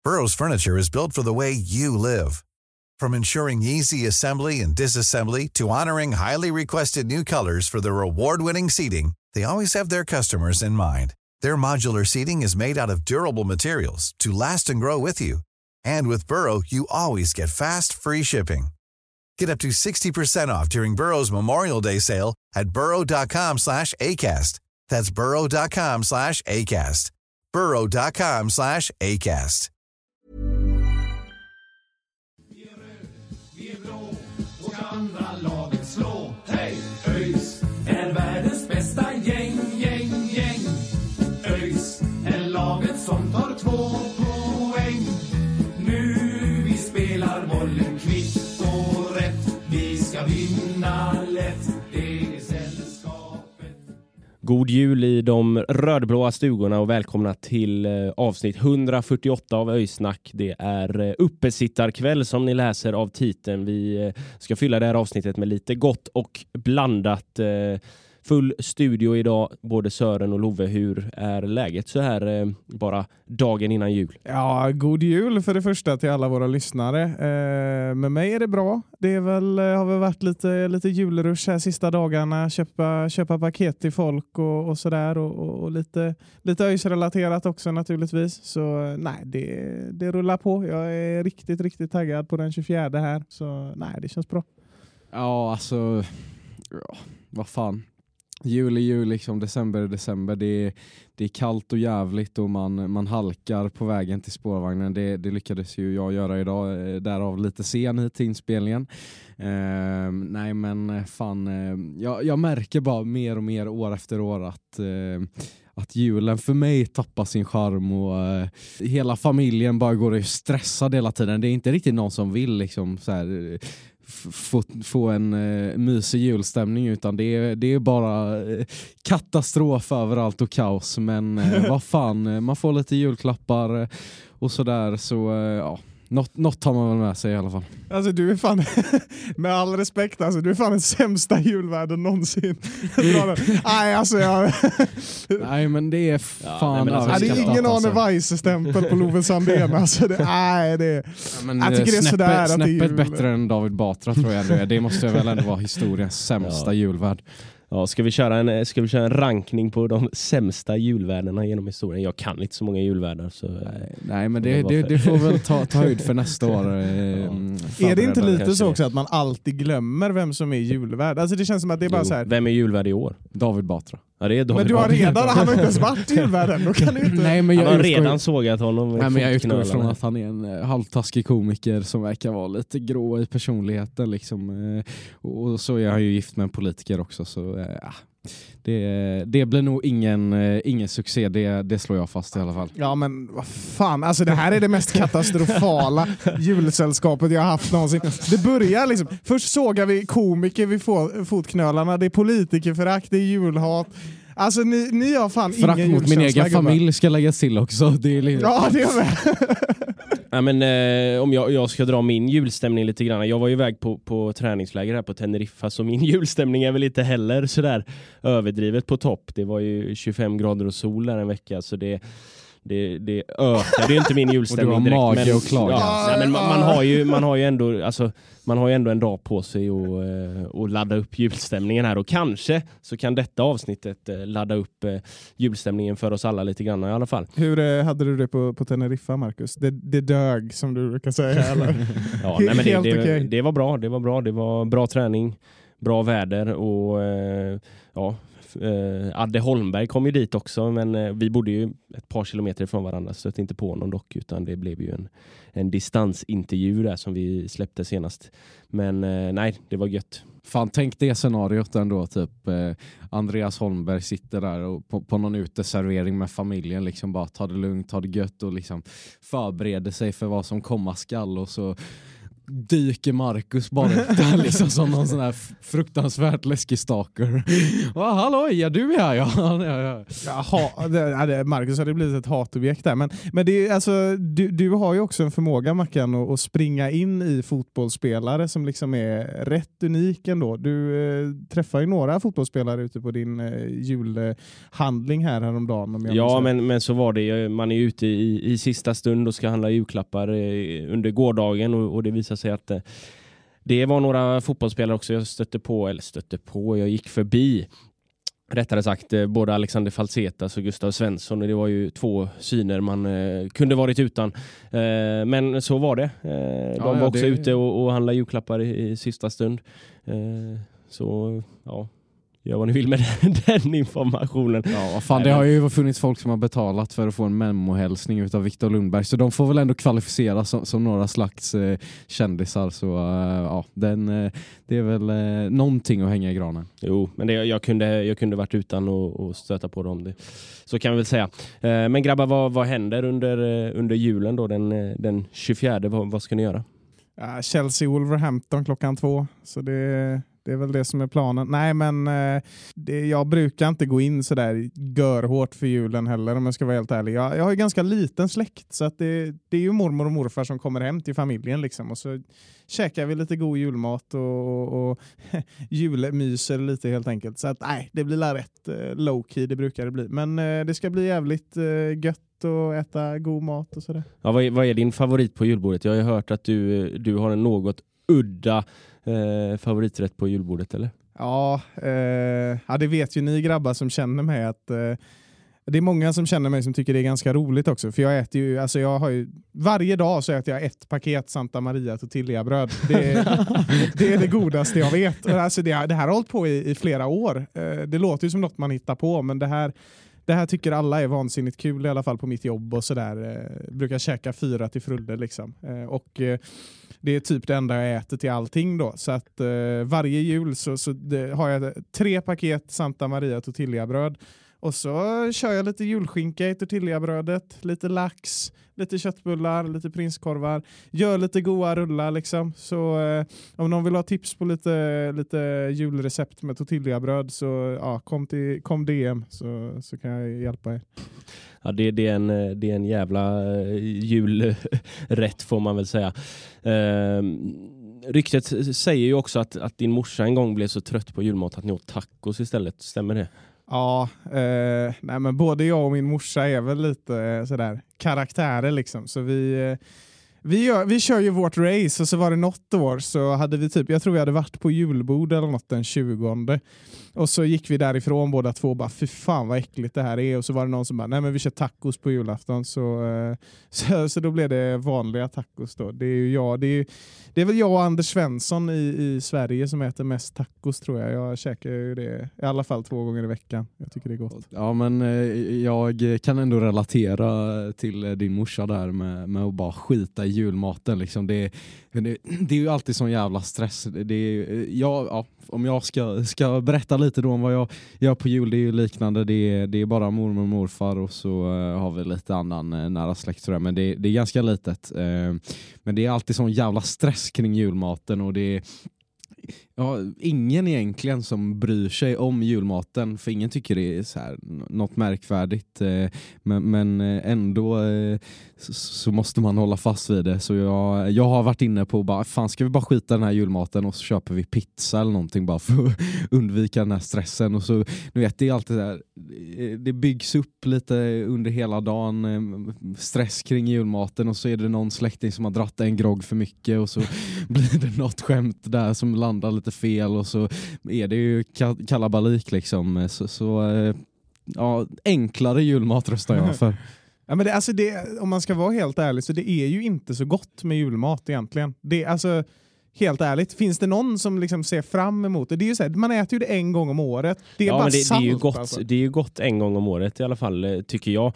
Burrow's furniture is built for the way you live. From ensuring easy assembly and disassembly to honoring highly requested new colors for their award-winning seating, they always have their customers in mind. Their modular seating is made out of durable materials to last and grow with you. And with Burrow, you always get fast, free shipping. Get up to 60% off during Burrow's Memorial Day sale at burrow.com/ACAST. That's burrow.com/ACAST. burrow.com/ACAST. Vi är blå och andra laget slå. Hej! ÖIS är världens bästa gäng. ÖIS är laget som tar 2 poäng. Nu vi spelar bollen kvitt och rätt. Vi ska vinna lätt. Det är sällskapet. God jul i de rödblåa stugorna och välkomna till avsnitt 148 av ÖIS-snack. Det är uppesittarkväll som ni läser av titeln. Vi ska fylla det här avsnittet med lite gott och blandat. Full studio idag, både Sören och Love. Hur är läget så här bara dagen innan jul? Ja, god jul för det första till alla våra lyssnare. Med mig är det bra. Det är väl, har väl varit lite julrush här sista dagarna. Köpa paket till folk och sådär. Och lite ÖIS-relaterat också naturligtvis. Så nej, det rullar på. Jag är riktigt, riktigt taggad på den 24 här. Så nej, det känns bra. Ja, alltså... Ja, vad fan. Jul är jul, liksom, december är december. Det är kallt och jävligt och man halkar på vägen till spårvagnen. Det lyckades ju jag göra idag, därav lite sen hit till inspelningen. Nej men fan, jag märker bara mer och mer år efter år att julen för mig tappar sin charm och hela familjen bara går och stressad hela tiden. Det är inte riktigt någon som vill liksom så här... Få en mysig julstämning, utan det är bara katastrof överallt och kaos, men vad fan, man får lite julklappar och sådär, så ja, något tar man väl med sig i alla fall. Alltså du är fan, med all respekt, alltså du är fan den sämsta julvärden någonsin. Nej, alltså jag... Nej, men det är fan... det är ingen Arne Weise-stämpel på Love Sandén. Alltså jag tycker det är sådär att det är jul. Bättre än David Batra tror jag ändå. Det måste väl ändå vara historiens sämsta julvärd. Ja, ska vi köra en rankning på de sämsta julvärdena genom historien? Jag kan inte så många julvärdar. Så nej, men det får väl ta höjd för nästa år. Är det inte lite så också att man alltid glömmer vem som är julvärd? Alltså det känns som att det är bara så här... Vem är julvärd i år? David Batra. Ja, det är David. Men du har redan, han har inte ens varit julvärden. Då kan du inte... Nej, men han har redan sågat honom. Nej, men jag utgår ifrån att han är en halvtaskig komiker som verkar vara lite grå i personligheten liksom. Och så är han ju gift med en politiker också, så det blir nog ingen succé, det slår jag fast i alla fall. Ja, men vad fan, alltså det här är det mest katastrofala julsällskapet jag har haft någonsin. Det börjar liksom, först sågar vi komiker vid fotknölarna, det är politikerförakt, det är julhat. Alltså ni har fan förakt ingen mot min egen familj ska läggas till också. Det är liksom... Ja, det är med. Ja, men om jag ska dra min julstämning lite grann. Jag var ju iväg på träningsläger här på Teneriffa, så min julstämning är väl inte heller sådär överdrivet på topp. Det var ju 25 grader och sol där en vecka, så det ökade ju inte min julstämning direkt. Och du har mage och klaga. Ja, men man har ju ändå en dag på sig och ladda upp julstämningen här, och kanske så kan detta avsnittet ladda upp julstämningen för oss alla lite grann i alla fall. Hur hade du det på Teneriffa, Marcus? Det dög, som du brukar säga, eller? Ja, nej, men det var bra. Det var bra träning, bra väder och ja. Adde Holmberg kom ju dit också, men vi bodde ju ett par kilometer ifrån varandra, så att inte på någon dock, utan det blev ju en distansintervju där som vi släppte senast. Men nej, det var gött. Fan, tänk det scenariot ändå, typ Andreas Holmberg sitter där och på någon uteservering med familjen, liksom bara ta det lugnt, ta det gött och liksom förbereder sig för vad som komma skall, och så dyker Marcus bara där liksom som någon sån här fruktansvärt läskig stalker. Hallå, ja du är här, ja. Jaha, Marcus hade blivit ett hatobjekt där. Men det är, alltså, du har ju också en förmåga, Mackan, att springa in i fotbollsspelare som liksom är rätt unik ändå. Du träffar ju några fotbollsspelare ute på din julhandling häromdagen. Ja, men så var det. Man är ute i sista stund och ska handla julklappar under gårdagen och det visar sig att det var några fotbollsspelare också jag stötte på, jag gick förbi. Rättare sagt, både Alexander Falsetas och Gustav Svensson, och det var ju 2 syner man kunde varit utan. Men så var det. De var också ute och handlade julklappar i sista stund. Så ja, gör vad ni vill med den informationen. Ja, fan, det har ju funnits folk som har betalat för att få en memohälsning utav Viktor Lundberg, så de får väl ändå kvalificera som några slags kändisar, så ja, det är väl någonting att hänga i granen. Jo, men jag kunde varit utan och stöta på dem. Så kan vi väl säga. Men grabbar, vad händer under julen då, den 24? Vad ska ni göra? Chelsea-Wolverhampton 2:00, så det är väl det som är planen. Nej, men jag brukar inte gå in så där görhårt för julen heller, om jag ska vara helt ärlig. Jag har ju ganska liten släkt, så att det är ju mormor och morfar som kommer hem till familjen liksom, och så käkar vi lite god julmat och julmyser lite helt enkelt. Så att nej, det blir rätt low key, det brukar det bli. Men det ska bli jävligt gött och äta god mat och sådär. Ja, vad är din favorit på julbordet? Jag har ju hört att du har en något udda favoriträtt på julbordet, eller? Ja, det vet ju ni grabbar som känner mig, att det är många som känner mig som tycker det är ganska roligt också. För jag äter ju, alltså jag har ju, varje dag så äter jag 1 paket Santa Maria tortillabröd. Det är det godaste jag vet. Och alltså det här har hållit på i flera år. Det låter ju som något man hittar på, men det här tycker alla är vansinnigt kul, i alla fall på mitt jobb och sådär. Brukar käka 4 till frulle liksom. Och det är typ det enda jag äter till allting då. Så att varje jul så har jag 3 paket Santa Maria tortillabröd. Och så kör jag lite julskinka i tortillabrödet, lite lax, lite köttbullar, lite prinskorvar. Gör lite goda rullar liksom. Så om någon vill ha tips på lite julrecept med tortillabröd, så ja, kom DM så kan jag hjälpa er. Ja, det är en jävla julrätt får man väl säga. Ryktet säger ju också att din morsa en gång blev så trött på julmat att ni åt tacos istället. Stämmer det? Ja, nej, men både jag och min morsa är väl lite sådär karaktärer liksom. Så vi kör ju vårt race, och så var det något år så hade vi typ, jag tror vi hade varit på julbord eller något den 20. Och så gick vi därifrån båda två och bara, fy fan vad äckligt det här är. Och så var det någon som bara, nej men vi kör tacos på julafton. Så då blev det vanliga tacos då. Det är ju jag, det är väl jag och Anders Svensson i Sverige som äter mest tacos, tror jag. Jag käkar ju det i alla fall 2 gånger i veckan. Jag tycker det är gott. Ja, men jag kan ändå relatera till din morsa där med att bara skita i julmaten liksom. Det är ju alltid sån jävla stress. Om jag ska berätta lite då om vad jag gör på jul, det är ju liknande. Det är bara mormor och morfar, och så har vi lite annan nära släkt, tror jag. Men det är ganska litet. Men det är alltid sån jävla stress kring julmaten, och det är ingen egentligen som bryr sig om julmaten, för ingen tycker det är så här något märkvärdigt, men ändå så måste man hålla fast vid det. Så jag har varit inne på bara, fan, ska vi bara skita den här julmaten och så köper vi pizza eller någonting bara för att undvika den här stressen. Och så, du vet, det är alltid där, det byggs upp lite under hela dagen, stress kring julmaten, och så är det någon släkting som har dratt en grogg för mycket, och så blir det något skämt där som landar lite fel, och så är det ju kalabalik liksom. Så enklare julmat röstar jag för. Ja, men om man ska vara helt ärlig, så det är ju inte så gott med julmat egentligen. Det, alltså, helt ärligt, finns det någon som liksom ser fram emot det? Det är ju så här, man äter ju det en gång om året. Det är bara men det salt, är ju gott. alltså. Det är ju gott en gång om året i alla fall, tycker jag.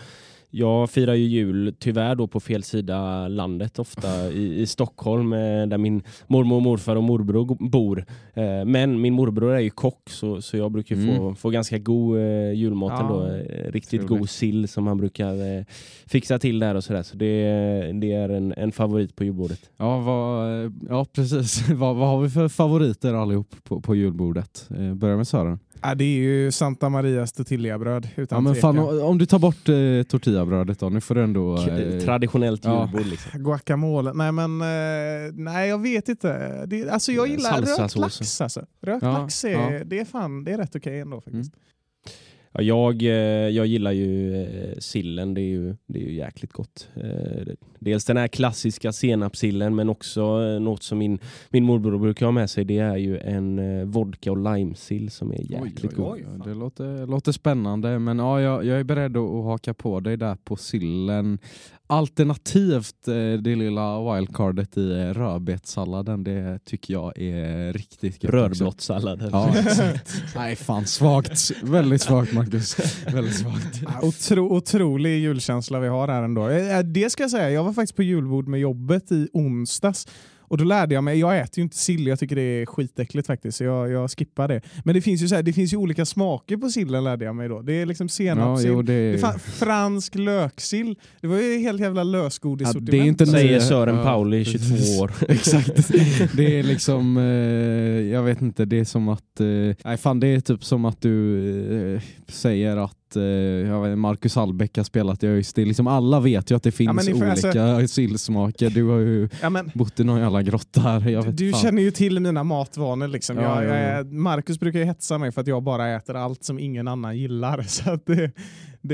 Jag firar ju jul tyvärr då på fel sida landet ofta i Stockholm där min mormor, morfar och morbror bor. Men min morbror är ju kock så jag brukar få ganska god julmat ändå. Riktigt god sill som han brukar fixa till där och sådär. Så det är en favorit på julbordet. Ja, precis. Vad har vi för favoriter allihop på julbordet? Börjar med Sören. Ja, det är ju Santa Marias tortillabröd utan men fan, om du tar bort tortillabrödet då, nu får du ändå... Traditionellt julbord liksom. Guacamole. Nej, jag vet inte. Alltså jag gillar rökt lax. Alltså. Rökt lax det är rätt okej ändå faktiskt. Ja, jag gillar ju sillen, det är ju jäkligt gott. Dels den här klassiska senapsillen, men också något som min morbror brukar ha med sig, det är ju en vodka och limesill som är jäkligt god. Det låter spännande, men jag är beredd att haka på dig där på sillen. Alternativt det lilla wildcardet i rödbetssalladen, det tycker jag är riktigt gött. Rödblottsalladen. Ja, exakt. Nej, fan, svagt. Väldigt svagt, Marcus. Väldigt svagt. Otrolig julkänsla vi har här ändå. Det ska jag säga, jag var faktiskt på julbord med jobbet i onsdags. Och då lärde jag mig, jag äter ju inte sill, jag tycker det är skitäckligt faktiskt, så jag skippar det. Men det finns ju olika smaker på sillen, lärde jag mig då. Det är liksom senapssill, det är fransk löksill. Det var ju helt jävla lösgodissortiment. Det är inte säger Sören Pauli, 22 år. Exakt. Det är liksom, jag vet inte, det är som att, det är typ som att du säger att Marcus Albeck har spelat i ÖIS. Det är liksom, alla vet ju att det finns olika sillsmaker. Du har ju bott i någon jävla grotta här. Du känner ju till mina matvanor liksom. Marcus brukar ju hetsa mig för att jag bara äter allt som ingen annan gillar. Så att det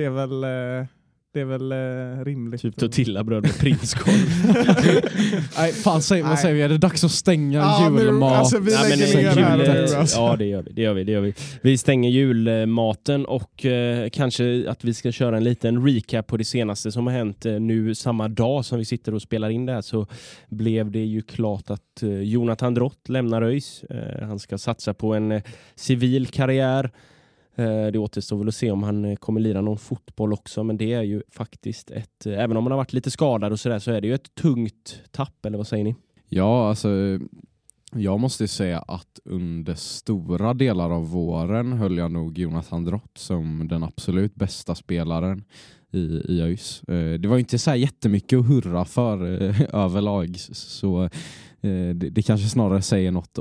är väl rimligt. Typ tortillabröd med prinskorv. Nej, fan, vad säger vi? Är det dags att stänga julmat? Alltså, vi lägger ner här nu. Alltså. Ja, det gör vi. Vi stänger julmaten och kanske att vi ska köra en liten recap på det senaste som har hänt nu samma dag som vi sitter och spelar in det här, så blev det ju klart att Jonathan Drott lämnar ÖIS. Han ska satsa på en civil karriär. Det återstår väl att se om han kommer lira någon fotboll också, men det är ju faktiskt även om han har varit lite skadad och sådär, så är det ju ett tungt tapp, eller vad säger ni? Ja, alltså jag måste säga att under stora delar av våren höll jag nog Jonathan Drott som den absolut bästa spelaren i ÖIS. Det var inte så här jättemycket att hurra för överlag, så det kanske snarare säger något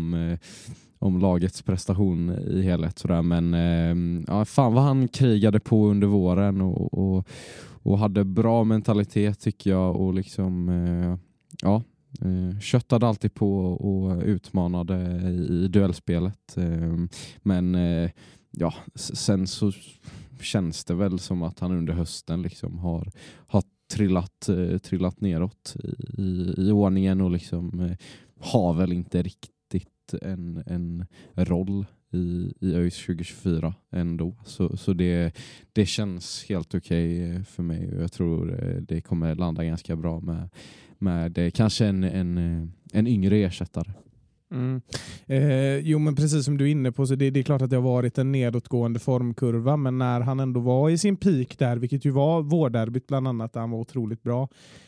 om lagets prestation i helhet sådär, men fan vad han krigade på under våren och hade bra mentalitet tycker jag, och liksom köttade alltid på och utmanade i duellspelet, men sen så känns det väl som att han under hösten liksom har trillat neråt i ordningen och liksom har väl inte riktigt en roll i ÖIS 2024 ändå. Så det känns helt okej för mig, och jag tror det kommer landa ganska bra med det. Kanske en yngre ersättare. Jo, men precis som du är inne på, så det är klart att det har varit en nedåtgående formkurva, men när han ändå var i sin peak där, vilket ju var vårderbyt bland annat, där han var otroligt bra,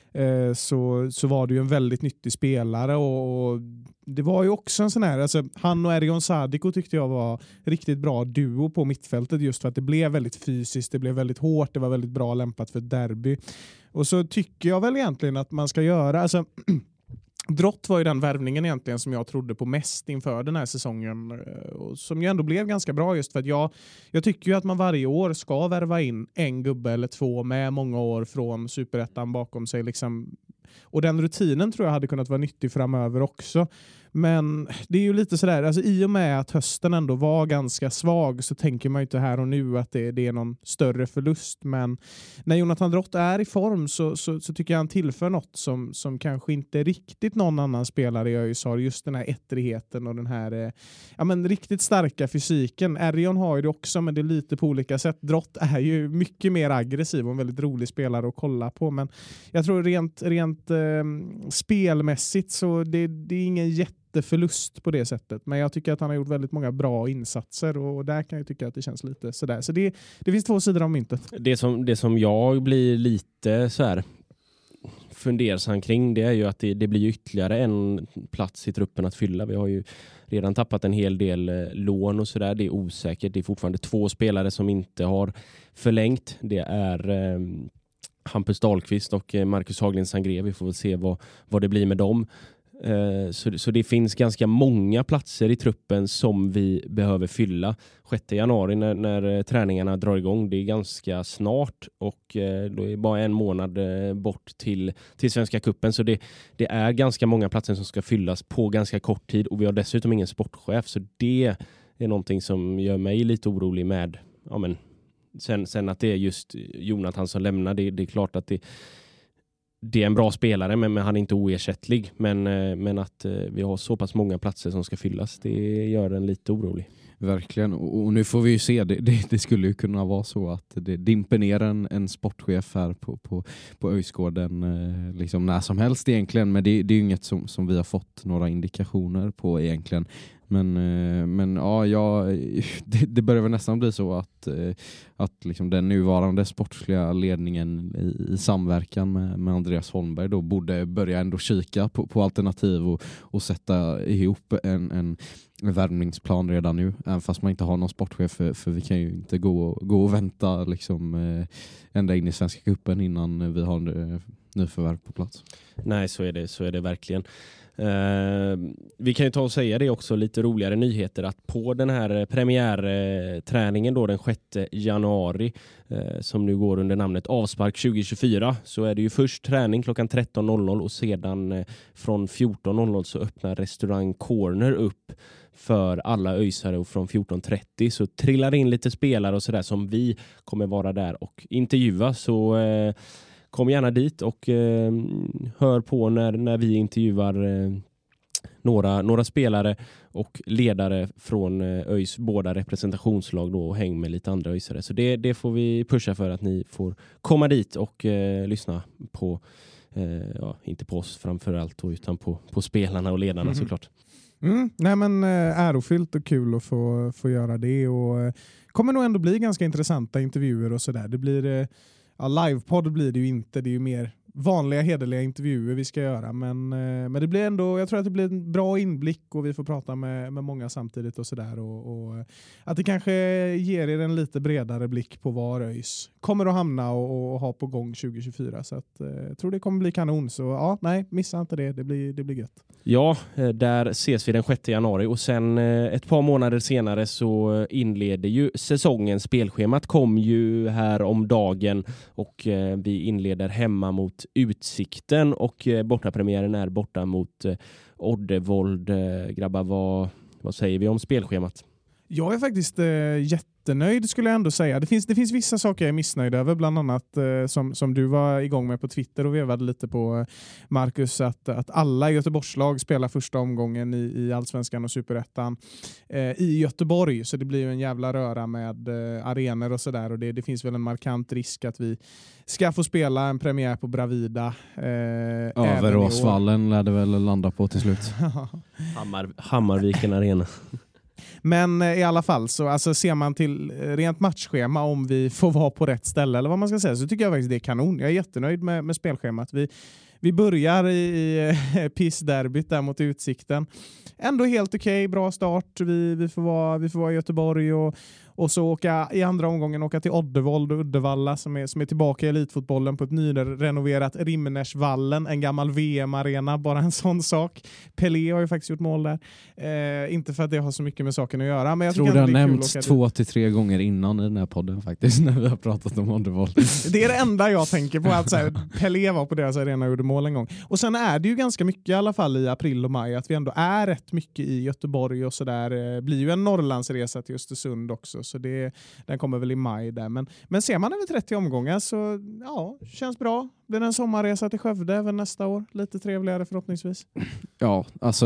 så var det ju en väldigt nyttig spelare, och det var ju också en sån här, alltså, han och Erion Sadiko tyckte jag var riktigt bra duo på mittfältet, just för att det blev väldigt fysiskt, det blev väldigt hårt, det var väldigt bra lämpat för derby. Och så tycker jag väl egentligen att man ska göra, alltså Drott var ju den värvningen egentligen som jag trodde på mest inför den här säsongen, och som ju ändå blev ganska bra, just för att jag tycker ju att man varje år ska värva in en gubbe eller två med många år från Superettan bakom sig liksom. Och den rutinen tror jag hade kunnat vara nyttig framöver också. Men det är ju lite sådär, alltså i och med att hösten ändå var ganska svag, så tänker man ju inte här och nu att det är någon större förlust. Men när Jonathan Drott är i form så tycker jag han tillför något som kanske inte riktigt någon annan spelare i ÖIS har. Just den här ettrigheten och den här riktigt starka fysiken. Erion har ju det också, men det är lite på olika sätt. Drott är ju mycket mer aggressiv och en väldigt rolig spelare att kolla på. Men jag tror rent spelmässigt så det är ingen jätteförlust på det sättet. Men jag tycker att han har gjort väldigt många bra insatser och där kan jag tycka att det känns lite sådär. Så det finns två sidor av myntet. Det som jag blir lite så här fundersam kring, det är ju att det blir ytterligare en plats i truppen att fylla. Vi har ju redan tappat en hel del lån och sådär. Det är osäkert. Det är fortfarande 2 spelare som inte har förlängt. Det är Hampus Dahlqvist och Marcus Haglind Sangré. Vi får väl se vad det blir med dem. Så det finns ganska många platser i truppen som vi behöver fylla. 6 januari när träningarna drar igång, det är ganska snart och då är det bara en månad bort till Svenska cupen. Så det är ganska många platser som ska fyllas på ganska kort tid och vi har dessutom ingen sportchef, så det är någonting som gör mig lite orolig med. Ja, men sen att det är just Jonathan som lämnar, det är klart att det är en bra spelare, men han är inte oersättlig. Men att vi har så pass många platser som ska fyllas, det gör en lite orolig. Verkligen, och nu får vi ju se, det skulle ju kunna vara så att det dimper ner en sportchef här på Öjsgården liksom när som helst egentligen, men det är ju inget som vi har fått några indikationer på egentligen. Men ja, det börjar väl nästan bli så att liksom den nuvarande sportsliga ledningen i samverkan med Andreas Holmberg då borde börja ändå kika på alternativ och sätta ihop en värvningsplan redan nu, även fast man inte har någon sportchef, för vi kan ju inte gå och vänta liksom ända in i Svenska cupen innan vi har nyförvärv på plats. Nej, så är det verkligen. Vi kan ju ta och säga det också, lite roligare nyheter, att på den här premiärträningen då den 6 januari som nu går under namnet Avspark 2024, så är det ju först träning klockan 13.00 och sedan från 14.00 så öppnar restaurang Corner upp för alla öjsare, och från 14.30 så trillar in lite spelare och sådär som vi kommer vara där och intervjua, så kom gärna dit och hör på när vi intervjuar några spelare och ledare från ÖIS båda representationslag då, och häng med lite andra öjsare. Så det får vi pusha för att ni får komma dit och lyssna på, inte på oss framförallt då, utan på spelarna och ledarna såklart. Nej, men ärofyllt och kul att få göra det, och kommer nog ändå bli ganska intressanta intervjuer och sådär. Det blir livepodd blir det ju inte, det är ju mer vanliga hederliga intervjuer vi ska göra, men det blir ändå, jag tror att det blir en bra inblick och vi får prata med många samtidigt och sådär, och att det kanske ger er en lite bredare blick på var ÖIS kommer att hamna och ha på gång 2024, så att jag tror det kommer bli kanon, så ja, nej, missa inte det blir gött. Ja, där ses vi den 6 januari och sen ett par månader senare så inleder ju säsongen. Spelschemat kom ju här om dagen och vi inleder hemma mot Utsikten och bortapremiären är borta mot Oddevold. Grabbar, vad säger vi om spelschemat? Jag är faktiskt jättenöjd skulle jag ändå säga. Det finns vissa saker jag är missnöjd över, bland annat som du var igång med på Twitter och vevade lite på, Marcus, att alla Göteborgslag spelar första omgången i Allsvenskan och Superettan i Göteborg, så det blir ju en jävla röra med arenor och sådär, och det finns väl en markant risk att vi ska få spela en premiär på Bravida. Överåsvallen lär det väl landa på till slut. Hammarviken Arena. Men i alla fall så alltså, ser man till rent matchschema, om vi får vara på rätt ställe eller vad man ska säga, så tycker jag faktiskt det är kanon. Jag är jättenöjd med spelschemat. Vi börjar i pissderbyt där mot Utsikten. Ändå helt okej, bra start. Vi får vara i Göteborg och så åka i andra omgången till Oddevold och Uddevalla som är tillbaka i elitfotbollen på ett nyrenoverat Rimnersvallen, en gammal VM-arena, bara en sån sak. Pelé har ju faktiskt gjort mål där. Inte för att det har så mycket med saken att göra, men jag tror det har nämnts 2 till 3 gånger innan i den här podden faktiskt, när vi har pratat om Oddevold. Det är det enda jag tänker på, att så här, Pelé var på deras arena och gjorde mål en gång. Och sen är det ju ganska mycket i alla fall i april och maj att vi ändå är rätt mycket i Göteborg och sådär. Blir ju en Norrlandsresa till Östersund också, så den kommer väl i maj där. Men ser man över 30 omgångar så ja, känns bra. Blir det en sommarresa till Skövde även nästa år? Lite trevligare förhoppningsvis. Ja, alltså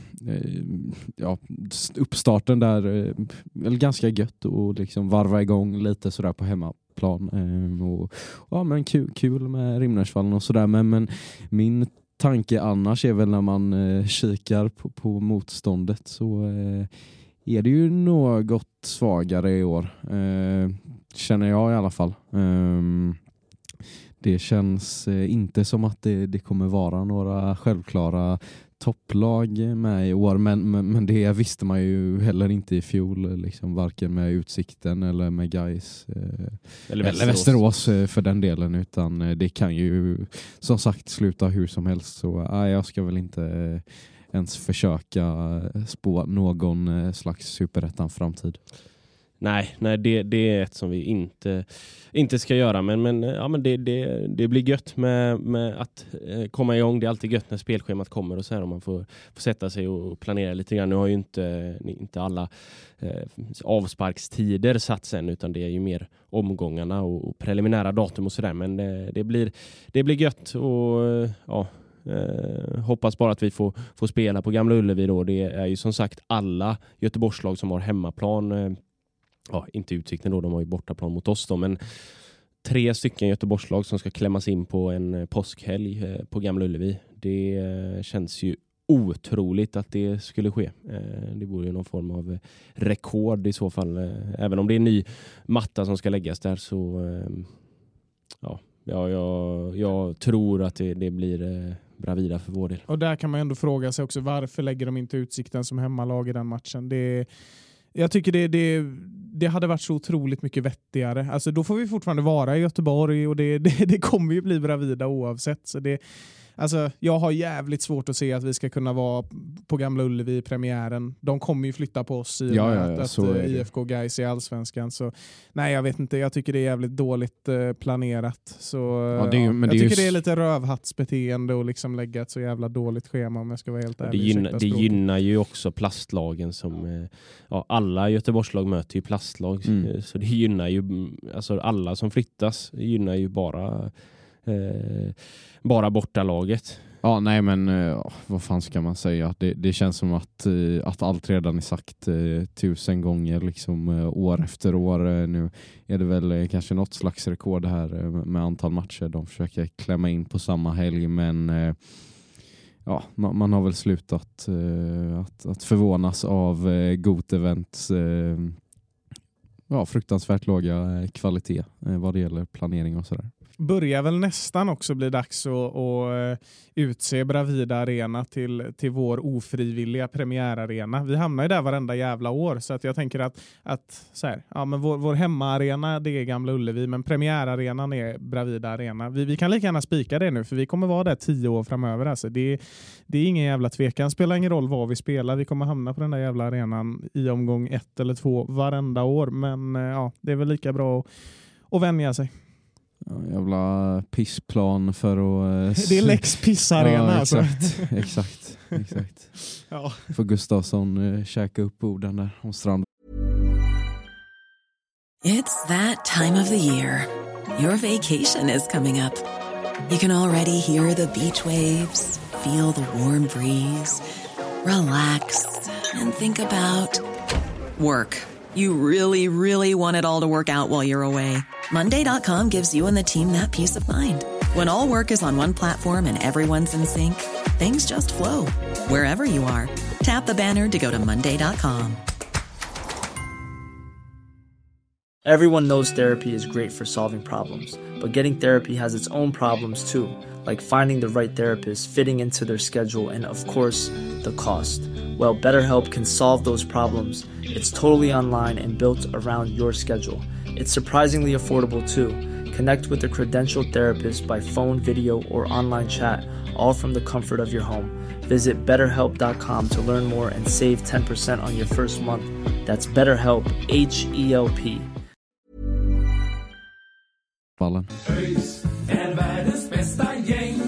uppstarten där är ganska gött och liksom varva igång lite sådär på hemmaplan. Och ja, men kul med Rimnersvallen och sådär, men min tanke annars är väl när man kikar på motståndet så är det ju något svagare i år. Känner jag i alla fall. Det känns inte som att det kommer vara några självklara topplag med i år, men det visste man ju heller inte i fjol, liksom, varken med Utsikten eller med Gais eller Västerås för den delen, utan det kan ju som sagt sluta hur som helst, så jag ska väl inte ens försöka spå någon slags superettan framtid. Nej, det är ett som vi inte ska göra, men det blir gött med att komma igång. Det är alltid gött när spelschemat kommer och så här, om man får sätta sig och planera lite grann. Nu har ju inte alla avsparkstider satt sen, utan det är ju mer omgångarna och preliminära datum och sådär, men det blir gött och hoppas bara att vi får spela på Gamla Ullevi då. Det är ju som sagt alla Göteborgslag som har hemmaplan. Inte Utsikten då, de har ju bortaplan mot oss då, men 3 stycken Göteborgslag som ska klämmas in på en påskhelg på Gamla Ullevi. Det känns ju otroligt att det skulle ske. Det vore ju någon form av rekord i så fall. Även om det är en ny matta som ska läggas där, så jag tror att det blir bravida för vår del. Och där kan man ändå fråga sig också, varför lägger de inte Utsikten som hemmalag i den matchen? Jag tycker det hade varit så otroligt mycket vettigare. Alltså då får vi fortfarande vara i Göteborg och det kommer ju bli bravida oavsett. Så alltså, jag har jävligt svårt att se att vi ska kunna vara på Gamla Ullevi i premiären. De kommer ju flytta på oss i att IFK Gais i Allsvenskan. Så nej, jag vet inte. Jag tycker det är jävligt dåligt planerat. Så jag tycker det är lite rövhattsbeteende och liksom lägga ett så jävla dåligt schema, om jag ska vara helt ärlig. Det gynnar ju också plastlagen som alla Göteborgslag möter ju plastlag. Så det gynnar ju, alltså alla som flyttas gynnar ju bara bortalaget. Ja, nej men vad fan ska man säga? Det känns som att allt redan är sagt 1000 gånger liksom, år efter år. Nu är det väl kanske något slags rekord här med antal matcher de försöker klämma in på samma helg, men man har väl slutat att förvånas av Gotevents fruktansvärt låga kvalitet vad det gäller planering och sådär. Börjar väl nästan också bli dags att utse Bravida Arena till vår ofrivilliga premiärarena. Vi hamnar ju där varenda jävla år, så att jag tänker att så här, men vår hemmaarena, det är Gamla Ullevi, men premiärarenan är Bravida Arena. Vi kan lika gärna spika det nu, för vi kommer vara där 10 år framöver. Alltså det är ingen jävla tvekan. Spelar ingen roll vad vi spelar. Vi kommer hamna på den där jävla arenan i omgång 1 eller 2 varenda år, men det är väl lika bra att vänja sig. Jävla pissplan för att... Det är Lex Pissarena. Exakt. Ja. För Gustafsson käka upp orden där om strand. It's that time of the year. Your vacation is coming up. You can already hear the beach waves, feel the warm breeze, relax and think about work. You really, really want it all to work out while you're away. Monday.com gives you and the team that peace of mind. When all work is on one platform and everyone's in sync, things just flow. Wherever you are, tap the banner to go to Monday.com. Everyone knows therapy is great for solving problems, but getting therapy has its own problems too, like finding the right therapist, fitting into their schedule, and of course, the cost. Well, BetterHelp can solve those problems. It's totally online and built around your schedule. It's surprisingly affordable too. Connect with a credentialed therapist by phone, video, or online chat, all from the comfort of your home. Visit BetterHelp.com to learn more and save 10% on your first month. That's BetterHelp, H-E-L-P. ÖIS är världens bästa gäng.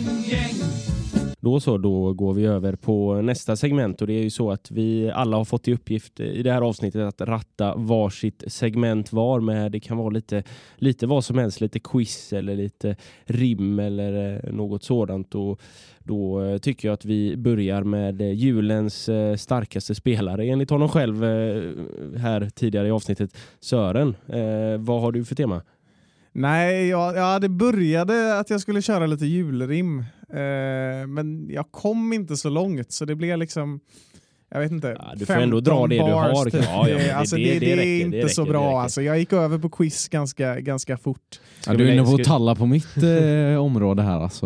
Då går vi över på nästa segment, och det är ju så att vi alla har fått i uppgift i det här avsnittet att ratta varsitt segment var med. Det kan vara lite vad som helst, lite quiz eller lite rim eller något sådant, och då tycker jag att vi börjar med julens starkaste spelare enligt honom själv här tidigare i avsnittet. Sören, vad har du för tema? Nej, det började att jag skulle köra lite julrim. Men jag kom inte så långt, så det blev liksom... Jag vet inte. Ja, du får ändå dra det du har. Typ. Ja, det är inte så bra. Alltså, jag gick över på quiz ganska fort. Ja, du är inne på att talla på mitt område här. Alltså.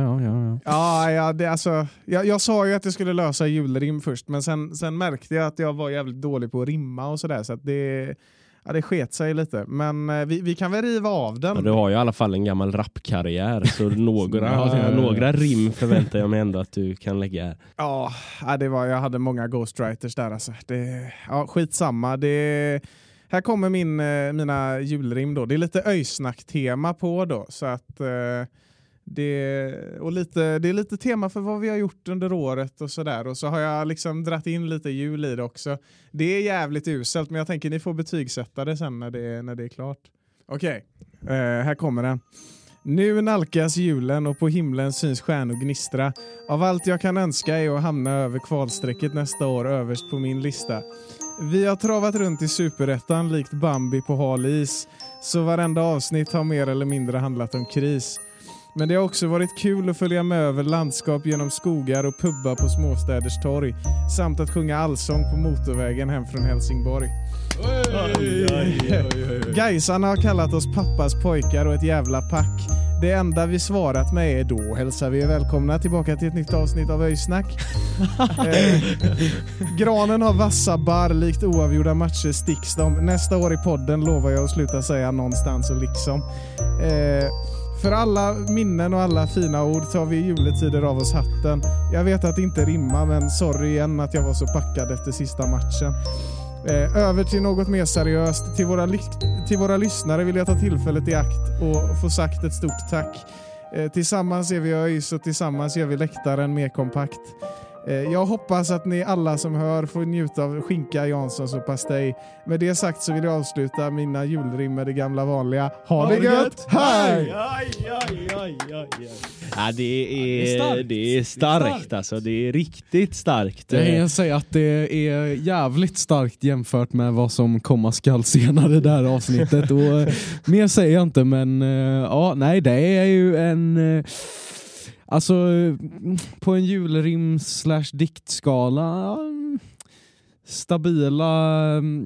Jag sa ju att jag skulle lösa julrim först, men sen märkte jag att jag var jävligt dålig på att rimma och sådär. Så att det sket sig lite. Men vi kan väl riva av den. Ja, du har ju i alla fall en gammal rapkarriär. Så några rim förväntar jag mig ändå att du kan lägga här. Ja, jag hade många ghostwriters där. Alltså. Skitsamma. Här kommer mina julrim då. Det är lite öjsnack-tema på då. Så att... Det är lite tema för vad vi har gjort under året och sådär. Och så har jag liksom dratt in lite jul i det också. Det är jävligt uselt, men jag tänker ni får betygsätta det sen när det är klart. Okej, här kommer den. Nu nalkas julen och på himlen syns stjärnor gnistra. Av allt jag kan önska är att hamna över kvalstrecket nästa år överst på min lista. Vi har travat runt i superettan likt Bambi på hal is. Så varenda avsnitt har mer eller mindre handlat om kris. Men det har också varit kul att följa med över landskap genom skogar och pubbar på småstäders torg. Samt att sjunga allsång på motorvägen hem från Helsingborg. Gaisarna har kallat oss pappas pojkar och ett jävla pack. Det enda vi svarat med är då hälsar vi er välkomna tillbaka till ett nytt avsnitt av Öjsnack. Granen har vassa bar, likt oavgjorda matcher sticks de. Nästa år i podden lovar jag att sluta säga någonstans och liksom. För alla minnen och alla fina ord tar vi i juletider av oss hatten. Jag vet att det inte rimmar, men sorry igen att jag var så packad efter sista matchen. Över till något mer seriöst. Till våra lyssnare vill jag ta tillfället i akt och få sagt ett stort tack. Tillsammans är vi ÖIS och tillsammans gör vi läktaren mer kompakt. Jag hoppas att ni alla som hör får njuta av skinka, Janssons och pastej. Med det sagt så vill jag avsluta mina julrim med det gamla vanliga. Ha det gött! Hej! Ja, det är starkt alltså. Det är riktigt starkt. Jag kan säga att det är jävligt starkt jämfört med vad som komma skall senare där avsnittet. Och mer säger jag inte, men det är ju en... Alltså på en julrim / diktskala stabila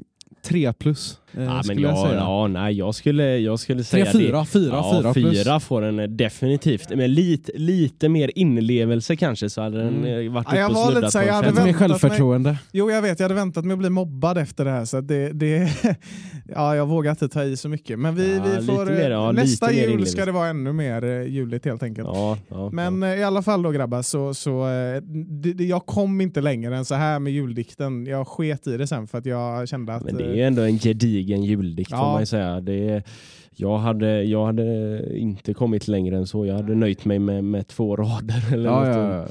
3+. Men jag skulle säga 4 4 får den definitivt. Men lite mer inlevelse kanske, så hade den varit uppe och snuddat på en 5. Mer självförtroende. Jo, jag vet. Jag hade väntat mig att bli mobbad efter det här. Så det jag vågar inte ta i så mycket. Men vi får... nästa jul ska det vara ännu mer juligt helt enkelt. Men i alla fall då grabbar, så jag kom inte längre än så här med juldikten. Jag sket i det sen för att jag kände att... Men det är ändå en gedigen juldikt får man ju säga. Jag hade inte kommit längre än så. Jag hade nöjt mig med 2 rader. Eller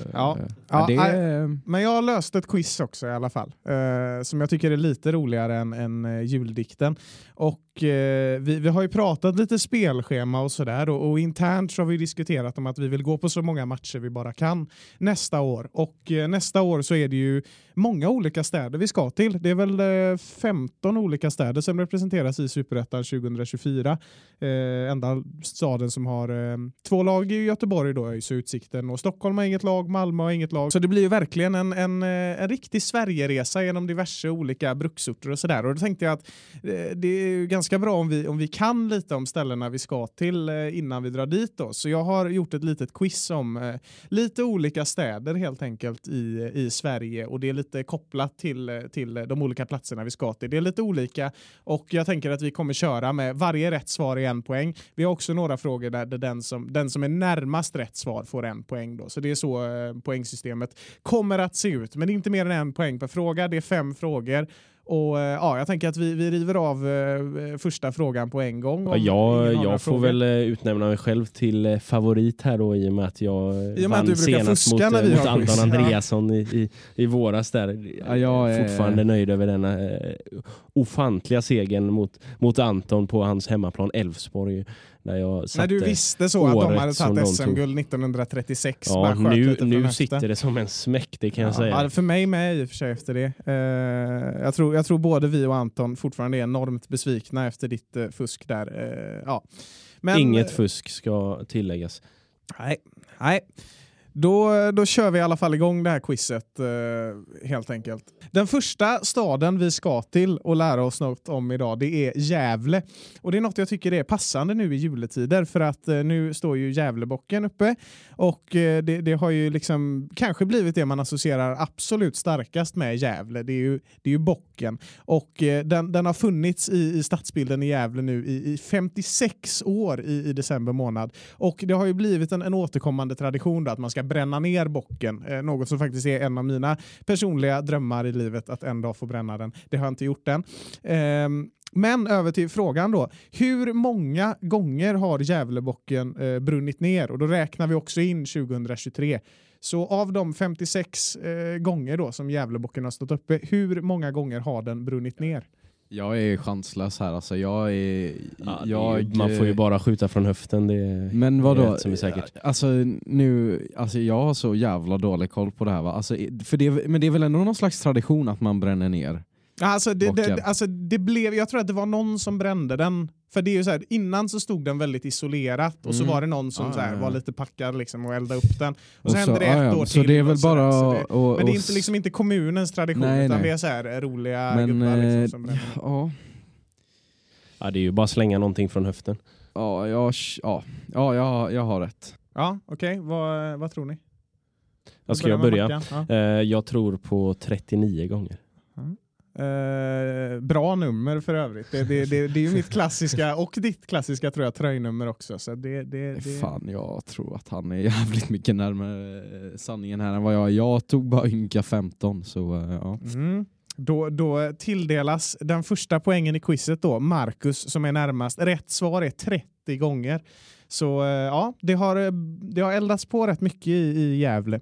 Men jag har löst ett quiz också i alla fall. Som jag tycker är lite roligare än juldikten. Och vi har ju pratat lite spelschema och sådär. Och internt så har vi diskuterat om att vi vill gå på så många matcher vi bara kan nästa år. Och nästa år så är det ju många olika städer vi ska till. Det är väl 15 olika städer som representeras i Superettan 2024. Enda staden som har 2 lag i Göteborg då är Utsikten, och Stockholm har inget lag, Malmö har inget lag. Så det blir ju verkligen en riktig Sverigeresa genom diverse olika bruksorter och sådär. Och då tänkte jag att det är ganska bra om vi kan lite om ställena vi ska till innan vi drar dit då. Så jag har gjort ett litet quiz om lite olika städer helt enkelt i Sverige, och det är lite kopplat till de olika platserna vi ska till. Det är lite olika, och jag tänker att vi kommer köra med varje rätt svar i 1 poäng. Vi har också några frågor där den som är närmast rätt svar får 1 poäng då. Så det är så poängsystemet kommer att se ut. Men inte mer än 1 poäng per fråga. Det är 5 frågor. Och jag tänker att vi river av första frågan på en gång. Jag får väl utnämna mig själv till favorit här då, i och med att jag vann senast mot Anton Andreasson i våras där. Jag är fortfarande nöjd över denna ofantliga segern mot Anton på hans hemmaplan Elfsborg. När du visste så att de hade tagit SM-guld 1936. Ja, nu sitter det som en smäck, det kan jag säga. Ja, för mig med i och för sig efter det. Jag tror både vi och Anton fortfarande är enormt besvikna efter ditt fusk där. Men, inget fusk ska tilläggas. Nej. Då kör vi i alla fall igång det här quizet helt enkelt. Den första staden vi ska till och lära oss något om idag, det är Gävle. Och det är något jag tycker är passande nu i juletider, för att nu står ju Gävlebocken uppe och det har ju liksom kanske blivit det man associerar absolut starkast med Gävle. Det är ju bocken. Och den har funnits i stadsbilden i Gävle nu i 56 år i december månad. Och det har ju blivit en återkommande tradition då, att man ska bränna ner bocken. Något som faktiskt är en av mina personliga drömmar i livet, att en dag få bränna den. Det har jag inte gjort än. Men över till frågan då. Hur många gånger har Gävlebocken brunnit ner? Och då räknar vi också in 2023. Så av de 56 gånger då som Gävlebocken har stått uppe, hur många gånger har den brunnit ner? Jag är chanslös här. Alltså man får ju bara skjuta från höften. Men vadå? Som är säkert. Alltså jag har så jävla dålig koll på det här, va? Alltså, men det är väl ändå någon slags tradition att man bränner ner? Det blev, jag tror att det var någon som brände den. För det är ju så här, innan så stod den väldigt isolerat och så var det någon som så här, var lite packad liksom, och eldade upp den. Och så hände det ett år till. Så det är väl bara... men det är inte, liksom inte kommunens tradition, utan det är så här roliga gubbar liksom, som bränner. Ja, det är ju bara att slänga någonting från höften. Jag har rätt. Ja, okej. Vad tror ni? Ska jag börja? Jag tror på 39 gånger. Bra nummer för övrigt. Det är ju mitt klassiska och ditt klassiska, tror jag, tröjnummer också. Så Fan, jag tror att han är jävligt mycket närmare sanningen här än vad jag är. Jag tog bara ynka 15, så ja. Då tilldelas den första poängen i quizet då Marcus, som är närmast. Rätt svar är 30 gånger. Så ja, det har eldats på rätt mycket i Gävle.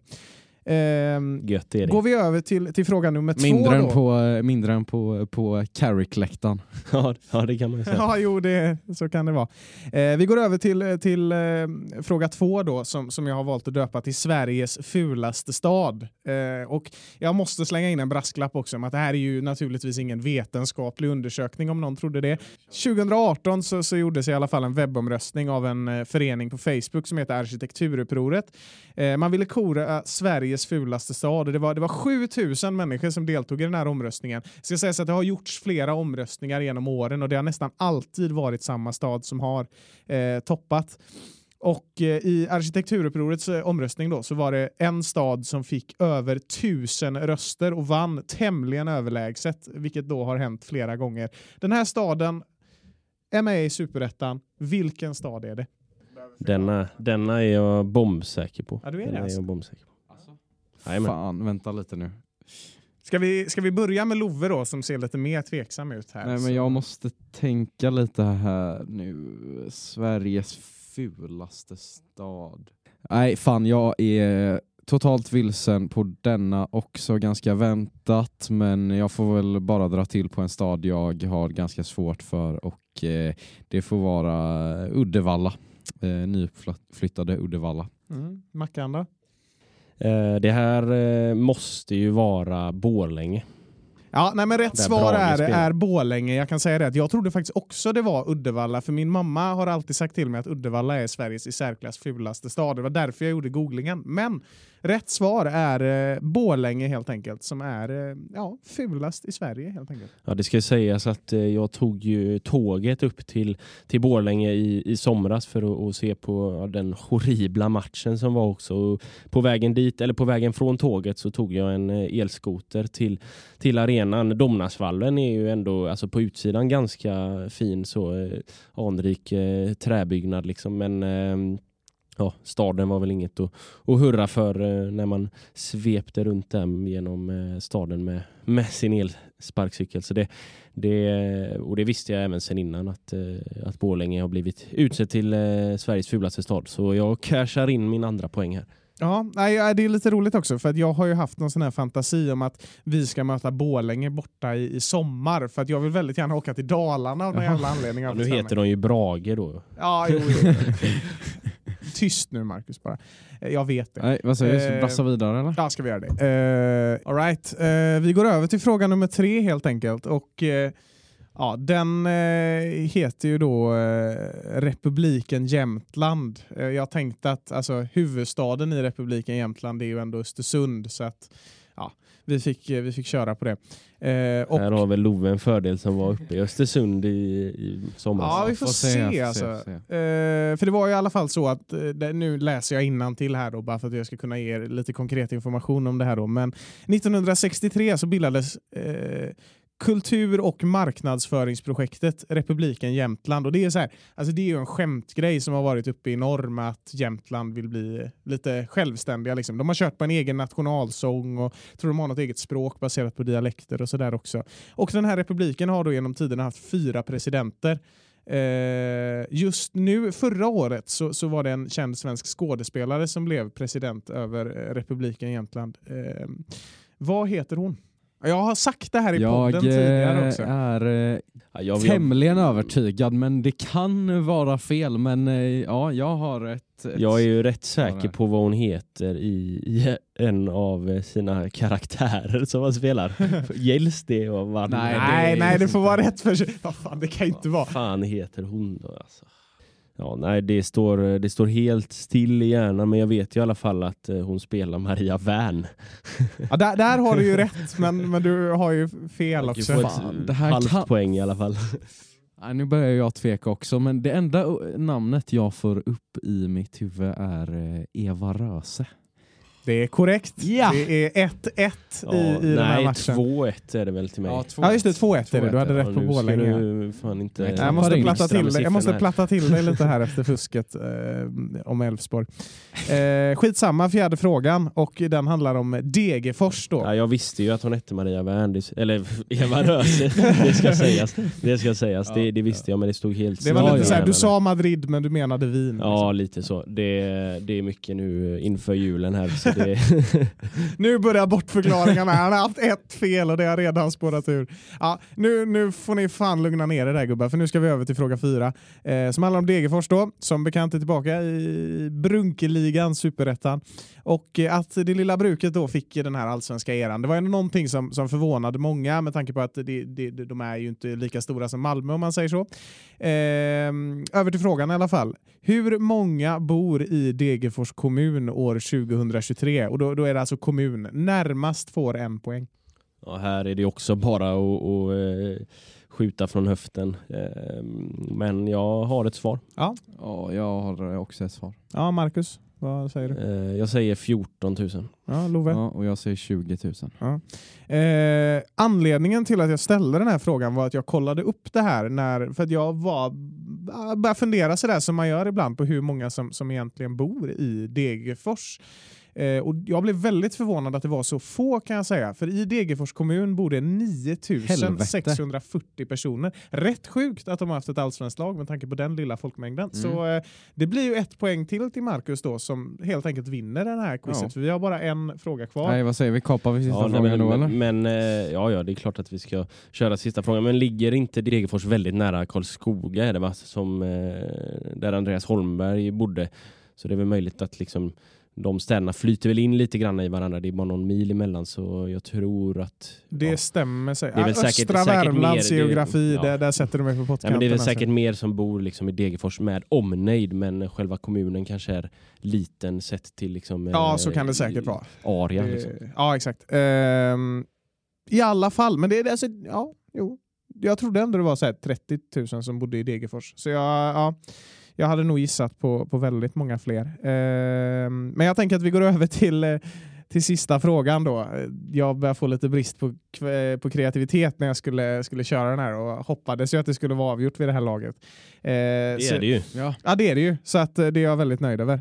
Gött är det. Går vi över till fråga nummer 2 mindre än på Carrick-läktaren. Ja, det kan man ju säga. Ja, jo, så kan det vara. Vi går över till fråga 2 då, som jag har valt att döpa till Sveriges fulaste stad. Och jag måste slänga in en brasklapp också om att det här är ju naturligtvis ingen vetenskaplig undersökning, om någon trodde det. 2018 så gjordes i alla fall en webbomröstning av en förening på Facebook som heter Arkitekturupproret. Man ville kora Sveriges fulaste stad. Det var 7000 människor som deltog i den här omröstningen. Ska säga så att det har gjorts flera omröstningar genom åren och det har nästan alltid varit samma stad som har toppat. Och i Arkitekturupprorets omröstning då så var det en stad som fick över 1000 röster och vann tämligen överlägset, vilket då har hänt flera gånger. Den här staden är med i Superettan. Vilken stad är det? Denna är jag bombsäker på. Ja, du är det alltså? Är jag bombsäker på. Fan, vänta lite nu. Ska vi börja med Love då, som ser lite mer tveksam ut här? Nej, men jag måste tänka lite här nu. Sveriges fulaste stad. Nej, fan, jag är totalt vilsen på denna också, ganska väntat, men jag får väl bara dra till på en stad jag har ganska svårt för, och det får vara Uddevalla. Nyflyttade Uddevalla. Mackan då? Det här måste ju vara Borlänge. Ja, nej, men rätt svar är Borlänge. Jag kan säga det att jag trodde faktiskt också det var Uddevalla, för min mamma har alltid sagt till mig att Uddevalla är Sveriges i särklass fulaste stad. Det var därför jag gjorde googlingen. Men rätt svar är Borlänge helt enkelt, som är fulast i Sverige helt enkelt. Ja, det ska sägas att jag tog ju tåget upp till Borlänge i somras för att se på den horribla matchen som var också. Och på vägen dit, eller på vägen från tåget, så tog jag en elskoter till arenan. Domnarsvallen är ju ändå, alltså på utsidan, ganska fin, så anrik träbyggnad liksom, men staden var väl inget att hurra för när man svepte runt dem genom staden med sin elsparkcykel. Så det visste jag även sen innan, att Borlänge har blivit utsedd till Sveriges fulaste stad. Så jag cashar in min andra poäng här. Ja, det är lite roligt också, för att jag har ju haft någon sån här fantasi om att vi ska möta Borlänge borta i sommar, för att jag vill väldigt gärna åka till Dalarna av någon jävla anledning. Nu heter de ju Brage då. Ja, jo. Tyst nu, Marcus, bara. Jag vet det. Nej, vad säger du? Brassa vidare, eller? Ja, ska vi göra det. All right. Vi går över till fråga nummer 3 helt enkelt. Och Ja, den heter ju då Republiken Jämtland. Jag tänkte att alltså, huvudstaden i Republiken Jämtland är ju ändå Östersund, så att ja, vi fick köra på det. Och här har väl Love en fördel som var uppe i Östersund i somras. ja, vi får se alltså. För det var ju i alla fall så att nu läser jag innantill här då, bara för att jag ska kunna ge er lite konkret information om det här då. Men 1963 så bildades kultur- och marknadsföringsprojektet Republiken Jämtland, och det är så här, alltså det är ju en skämtgrej som har varit uppe i norr med att Jämtland vill bli lite självständiga liksom. De har kört på en egen nationalsång och tror de har något eget språk baserat på dialekter och så där också. Och den här republiken har då genom tiden haft 4 presidenter. Just nu, förra året så var det en känd svensk skådespelare som blev president över Republiken Jämtland. Vad heter hon? Jag har sagt det här i podden tidigare också. Jag är tämligen övertygad, men det kan vara fel. Men ja, jag har jag är ju rätt säker på vad hon heter i en av sina karaktärer som han spelar. Gälls det? Och nej, det får vara rätt för sig. Vad fan, det kan inte vara. Vad fan heter hon då alltså? Ja, nej, det står helt still i hjärnan, men jag vet ju i alla fall att hon spelar Maria Wern. Ja, där har du ju rätt, men du har ju fel också. Det här halvt poäng i alla fall. Nej, nu börjar jag tveka också, men det enda namnet jag får upp i mitt huvud är Eva Röse. Det är korrekt. Ja. Det är 1-1 i den här matchen. 2-1 är det väl till mig. Ja, just det, 2-1 är det. Du hade rätt på Borlänge. Jag måste platta till dig lite här efter fusket om Elfsborg. Skitsamma, fjärde frågan, och den handlar om Degerfors då. Ja, jag visste ju att hon hette Maria Wern, eller Eva Röse. Det ska sägas. Ja. Det visste jag, men det stod helt det var lite så här, du sa Madrid men du menade Wien. Liksom. Ja, lite så. Det är mycket nu inför julen här. Så det... Nu börjar bortförklaringarna. Han har haft ett fel och det har redan spårat ur. Ja, nu får ni fan lugna ner er där, gubbar, för nu ska vi över till fråga 4. Som handlar om Degerfors då, som bekant är tillbaka i Brunkeligan, Superettan. Och att det lilla bruket då fick den här allsvenska eran. Det var ändå någonting som förvånade många, med tanke på att de är ju inte lika stora som Malmö, om man säger så. Över till frågan i alla fall. Hur många bor i Degerfors kommun år 2023? Och då är det alltså kommun. Närmast får 1 poäng. Ja, här är det också bara att skjuta från höften. Men jag har ett svar. Ja, jag har också ett svar. Ja, Marcus, vad säger du? Jag säger 14 000. Ja, Love? Ja, och jag säger 20 000. Ja. Anledningen till att jag ställde den här frågan var att jag kollade upp det här för att jag började fundera sådär som man gör ibland på hur många som egentligen bor i Degerfors. Och jag blev väldigt förvånad att det var så få, kan jag säga. För i Degerfors kommun bor det 9640 personer. Rätt sjukt att de har haft ett allsvenskt lag med tanke på den lilla folkmängden. Så det blir ju 1 poäng till Marcus då, som helt enkelt vinner den här quizet. Ja. För vi har bara en fråga kvar. Nej, vad säger vi? Kapar vi sista frågan då, eller? Men ja, det är klart att vi ska köra sista frågan. Men ligger inte Degerfors väldigt nära Karlskoga, är det va? Som, där Andreas Holmberg bodde. Så det är väl möjligt att liksom de städerna flyter väl in lite grann i varandra. Det är bara någon mil emellan, så jag tror att... Det stämmer sig. Det är väl Östra Värmlands geografi, där sätter de mig på pottkanten. Men det är väl säkert mer som bor liksom i Degerfors med omnejd, men själva kommunen kanske är liten sett till liksom... Ja, så kan det säkert vara. Area, liksom. Ja, exakt. I alla fall, men det är alltså... Ja, jo. Jag trodde ändå det var så här 30 000 som bodde i Degerfors. Så jag hade nog gissat på väldigt många fler. Men jag tänker att vi går över till sista frågan då. Jag börjar få lite brist på kreativitet när jag skulle köra den här, och hoppades ju att det skulle vara avgjort vid det här laget. Det är det ju. Ja, det är det ju. Så att det är jag väldigt nöjd över.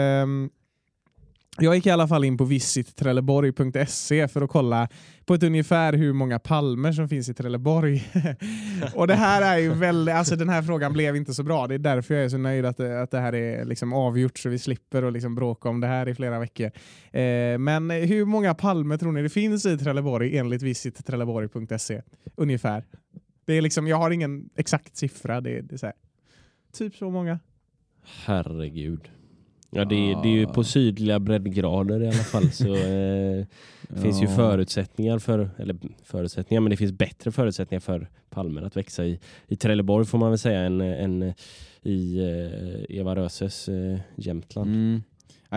Jag gick i alla fall in på visittrelleborg.se för att kolla på ett ungefär hur många palmer som finns i Trelleborg. Och det här är ju väldigt, alltså den här frågan blev inte så bra. Det är därför jag är så nöjd att det här är liksom avgjort, så vi slipper att liksom bråka om det här i flera veckor. Men hur många palmer tror ni det finns i Trelleborg enligt visittrelleborg.se? Ungefär. Det är liksom, jag har ingen exakt siffra. Det är så här, typ så många. Herregud. Ja, det är ju på sydliga breddgrader i alla fall, så finns ju förutsättningar, men det finns bättre förutsättningar för palmer att växa i Trelleborg, får man väl säga, än i Eva Röses Jämtland. Ja,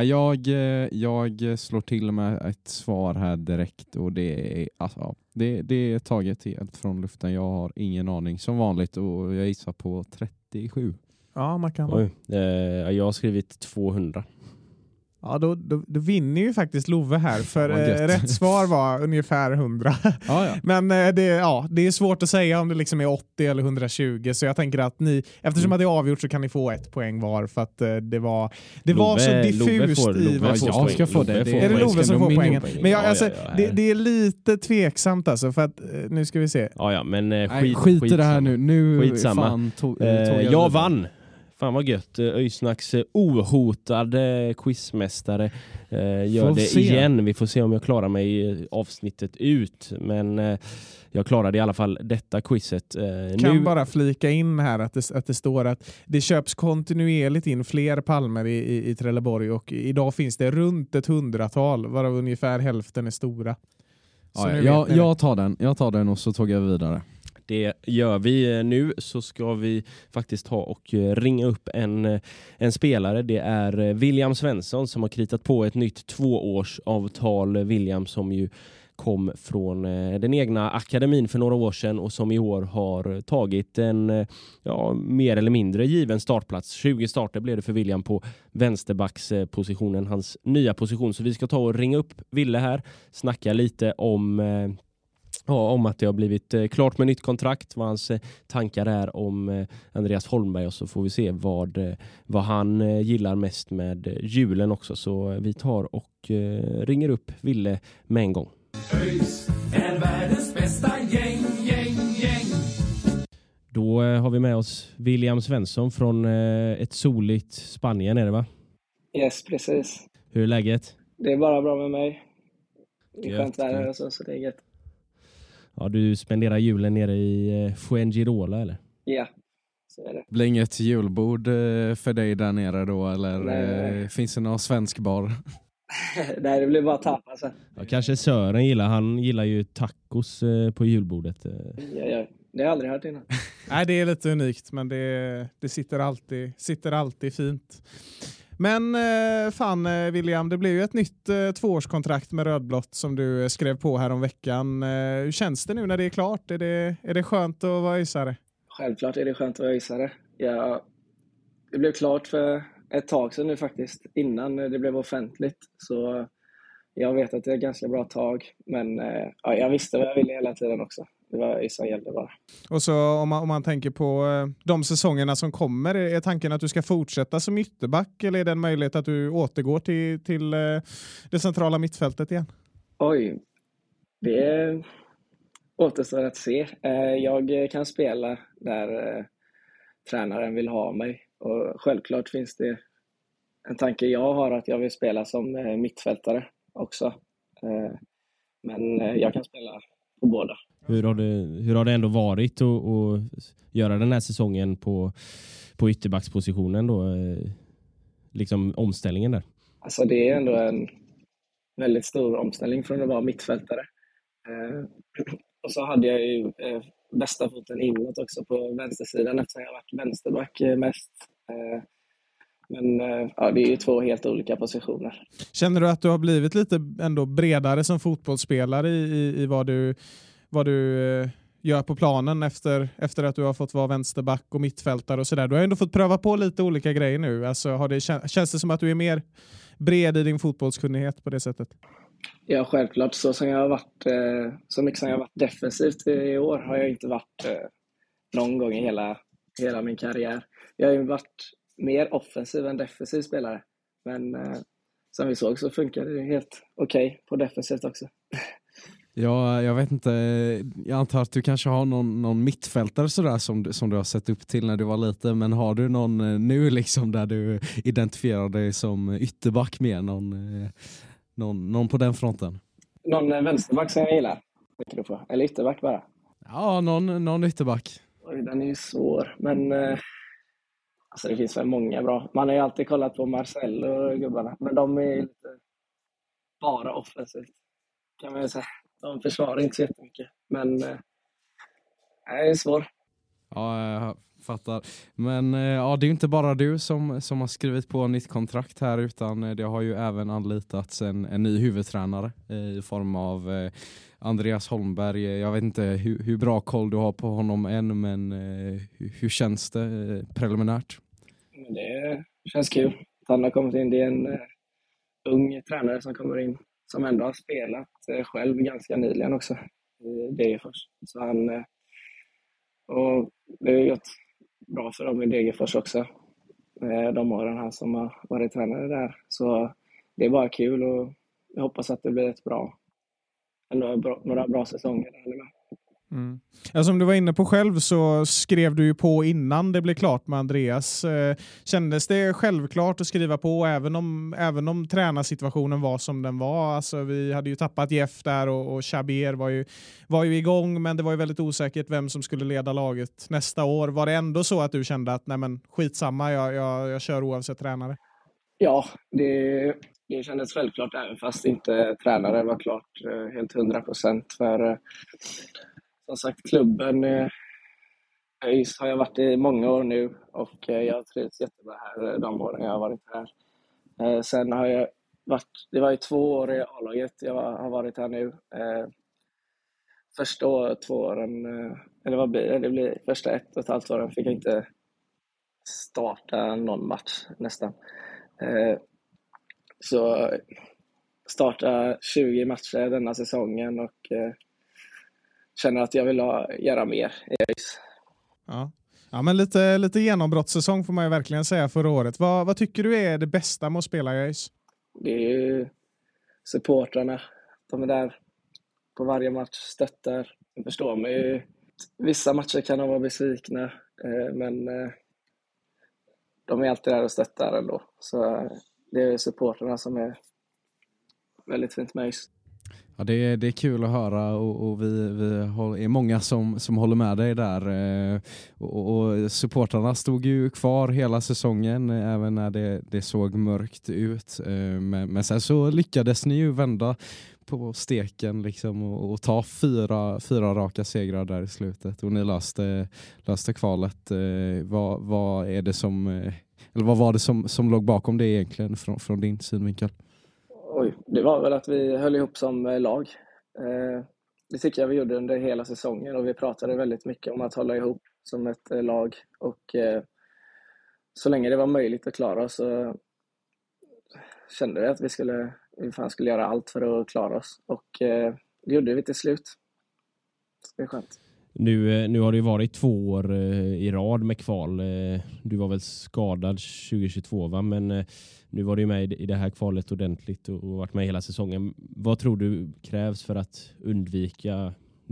jag slår till med ett svar här direkt, och det är, alltså, det är taget helt från luften. Jag har ingen aning som vanligt, och jag gissar på 37. Ja, man kan. Oj, jag har skrivit 200. Ja, då vinner ju faktiskt Love här, för rätt svar var ungefär 100. Ja. Men det är svårt att säga om det liksom är 80 eller 120, så jag tänker att eftersom att det är avgjort så kan ni få 1 poäng var, för att det var så diffust i vad jag ska få det. Är det Love som får poängen? Men det är lite tveksamt alltså, för att nu ska vi se. Ja, men skit i det här nu. Skitsamma. Fan, jag vann. Fan vad gött. Öjsnacks ohotade quizmästare gör det igen. Vi får se om jag klarar mig avsnittet ut. Men jag klarade i alla fall detta quizet. Kan bara flika in här att det står att det köps kontinuerligt in fler palmer i Trelleborg, och idag finns det runt 100-tal, varav ungefär hälften är stora. Jag tar den och så tog jag vidare. Det gör vi. Nu så ska vi faktiskt ta och ringa upp en spelare. Det är William Svensson som har kritat på ett nytt 2-årsavtal. William som ju kom från den egna akademin för några år sedan, och som i år har tagit en mer eller mindre given startplats. 20 starter blev det för William på vänsterbackspositionen, hans nya position. Så vi ska ta och ringa upp Ville här, snacka lite om att det har blivit klart med nytt kontrakt, vad hans tankar är om Andreas Holmberg, och så får vi se vad han gillar mest med julen också. Så vi tar och ringer upp Ville med en gång. ÖIS är världens bästa gäng. Då har vi med oss William Svensson från ett soligt Spanien, är det va? Yes, precis. Hur är läget? Det är bara bra med mig. Det är Gött, skönt väder så det är gött. Ja, du spenderar julen nere i Fuengirola, eller? Ja, så är det. Blir inget julbord för dig där nere då, eller finns det någon svensk bar? Nej, det blir bara tapas. Ja, kanske Sören han gillar ju tacos på julbordet. Ja, det har jag aldrig hört innan. Nej, det är lite unikt, men det sitter alltid fint. Men William, det blev ju ett nytt 2-årskontrakt med rödblått som du skrev på här om veckan. Hur känns det nu när det är klart? Är det skönt att vara öjsare? Självklart är det skönt att vara öjsare. Det blev klart för ett tag sedan nu faktiskt, innan det blev offentligt. Så jag vet att det är ett ganska bra tag, men jag visste vad jag ville hela tiden också. Det var ÖIS som gällde bara. Och så om man tänker på de säsongerna som kommer, är tanken att du ska fortsätta som ytterback, eller är det en möjlighet att du återgår till det centrala mittfältet igen? Oj, det återstår att se. Jag kan spela där tränaren vill ha mig, och självklart finns det en tanke jag har att jag vill spela som mittfältare också. Men jag kan spela på båda. Hur har det ändå varit att göra den här säsongen på ytterbackspositionen då? Liksom omställningen där? Alltså det är ändå en väldigt stor omställning från att vara mittfältare. Och så hade jag ju bästa foten inåt också på vänstersidan, eftersom jag har varit vänsterback mest. Men det är ju 2 helt olika positioner. Känner du att du har blivit lite ändå bredare som fotbollsspelare i vad du gör på planen efter att du har fått vara vänsterback och mittfältare och sådär? Du har ändå fått pröva på lite olika grejer nu. Alltså, känns det som att du är mer bred i din fotbollskunnighet på det sättet? Ja, självklart. Så mycket som jag har varit defensivt i år har jag inte varit någon gång i hela min karriär. Jag har ju varit mer offensiv än defensiv spelare. Men som vi såg så funkar det helt okej på defensivt också. Ja, jag vet inte. Jag antar att du kanske har någon mittfältare sådär som du har sett upp till när du var liten. Men har du någon nu liksom där du identifierar dig som ytterback med? Någon på den fronten? Någon vänsterback som jag gillar? Eller ytterback bara? Ja, någon ytterback. Oj, den är ju svår. Men Alltså det finns väl många bra. Man har ju alltid kollat på Marcelo och gubbarna, men de är lite bara offensivt, kan man ju säga. De försvarar inte så jättemycket, men det är svårt. Ja, jag fattar. Men ja, det är ju inte bara du som har skrivit på nytt kontrakt här, utan det har ju även anlitats en ny huvudtränare i form av Andreas Holmberg. Jag vet inte hur bra koll du har på honom än, men hur känns det preliminärt? Men det känns kul. Han har kommit in, det är en ung tränare som kommer in, som ändå har spelat själv ganska nyligen också i Degerfors. Så och det har gått bra för dem i Degerfors också. De åren han som har varit tränare där. Så det är bara kul och jag hoppas att det blir några bra säsonger där med. Mm. Ja, som du var inne på själv så skrev du ju på innan det blev klart med Andreas. Kändes det självklart att skriva på även om tränarsituationen var som den var? Alltså, vi hade ju tappat Jeff där och Chabir var ju igång, men det var ju väldigt osäkert vem som skulle leda laget nästa år. Var det ändå så att du kände att nej men skitsamma, jag kör oavsett tränare? Ja, det kändes självklart även fast inte tränare var klart helt 100%. För som sagt, klubben ÖIS har jag varit i många år nu och jag har trivts jättebra här de åren jag har varit här. Sen har jag det var ju 2 år i A-laget jag har varit här nu. Första 2 åren, eller vad blir det? Det blir första 1,5 åren fick jag inte starta någon match nästan. Så starta 20 matcher denna säsongen och känner att jag vill göra mer i ÖIS. Ja, men lite genombrottssäsong får man ju verkligen säga förra året. Vad tycker du är det bästa med att spela i ÖIS? Det är ju supportrarna. De är där på varje match, stöttar. Jag förstår mig. Vissa matcher kan de vara besvikna, men de är alltid där och stöttar ändå. Så det är supportrarna som är väldigt fint med ÖIS. Ja, det är kul att höra och vi är många som håller med dig där. Och supportrarna stod ju kvar hela säsongen även när det såg mörkt ut. Men sen så lyckades ni ju vända på steken liksom och ta fyra raka segrar där i slutet. Och ni löste kvalet. Vad är det eller vad var det som låg bakom det egentligen från din synvinkel? Oj, det var väl att vi höll ihop som lag. Det tycker jag vi gjorde under hela säsongen och vi pratade väldigt mycket om att hålla ihop som ett lag. Och så länge det var möjligt att klara oss så kände vi att vi skulle göra allt för att klara oss. Och det gjorde vi till slut. Så det är skönt. Nu har det ju varit 2 år i rad med kval. Du var väl skadad 2022 va? Men nu var du med i det här kvalet ordentligt och varit med hela säsongen. Vad tror du krävs för att undvika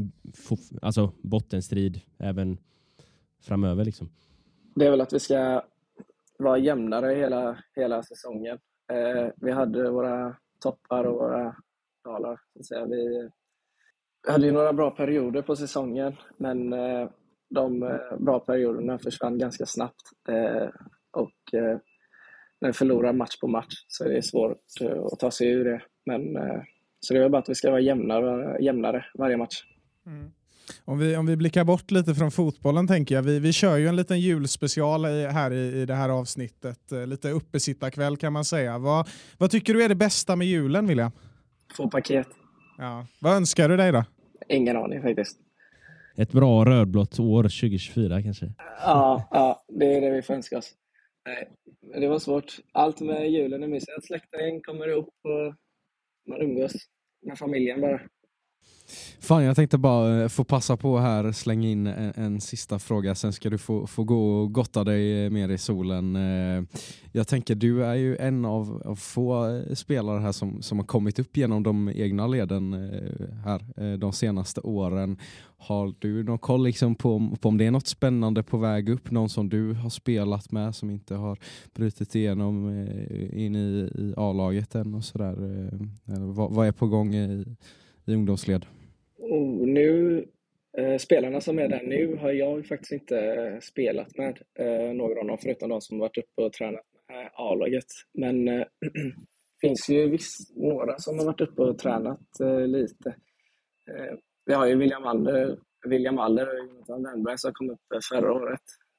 bottenstrid även framöver liksom? Det är väl att vi ska vara jämnare hela säsongen. Vi hade våra toppar och våra dalar. Vi hade ju några bra perioder på säsongen, men de bra perioderna försvann ganska snabbt. Och när vi förlorar match på match så är det svårt att ta sig ur det. Men så det är bara att vi ska vara jämnare varje match. Mm. Om vi blickar bort lite från fotbollen tänker jag. Vi kör ju en liten julspecial här i det här avsnittet. Lite uppesittarkväll kan man säga. Vad tycker du är det bästa med julen, William? 2 paket. Ja. Vad önskar du dig då? Ingen aning faktiskt. Ett bra rödblått år 2024 kanske? Ja, det är det vi får önska oss. Nej, det var svårt. Allt med julen är mysigt. Att släkten kommer ihop och man umgås med familjen bara. Fan, jag tänkte bara få passa på här, slänga in en sista fråga. Sen ska du få gå och gotta dig mer i solen. Jag tänker, du är ju en av få spelare här som har kommit upp genom de egna leden här de senaste åren. Har du någon koll liksom på om det är något spännande på väg upp? Någon som du har spelat med som inte har brutit igenom in i A-laget än och sådär? Vad är på gång i ungdomsled? Nu Spelarna som är där nu har jag faktiskt inte spelat med, några av dem, förutom de som varit uppe och tränat med A-laget. Men det finns ju några som har varit uppe och tränat lite. Vi har ju William Aller och Jonathan Wennberg som kom upp förra året.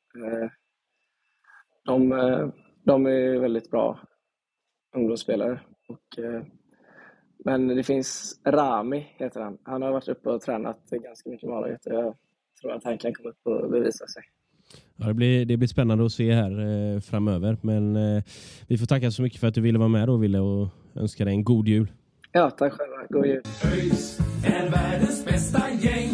De är väldigt bra ungdomsspelare. Men det finns Rami, heter han. Han har varit uppe och tränat ganska mycket med A-laget. Jag tror att han kan komma upp och bevisa sig. Ja, det blir spännande att se här framöver. Men vi får tacka så mycket för att du ville vara med då, Ville, och önska dig en god jul. Ja, tack själva. God jul. ÖIS är världens bästa gäng.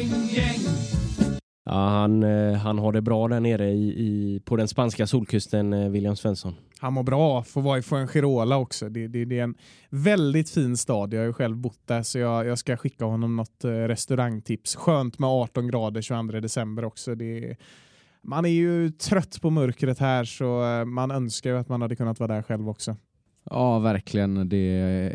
Ja, han har det bra där nere på den spanska solkusten, William Svensson. Han mår bra, får vara i Fuengirola också. Det är en väldigt fin stad. Jag har ju själv bott där, så jag ska skicka honom något restaurangtips. Skönt med 18 grader 22 december också. Man är ju trött på mörkret här, så man önskar ju att man hade kunnat vara där själv också. Ja, verkligen. Det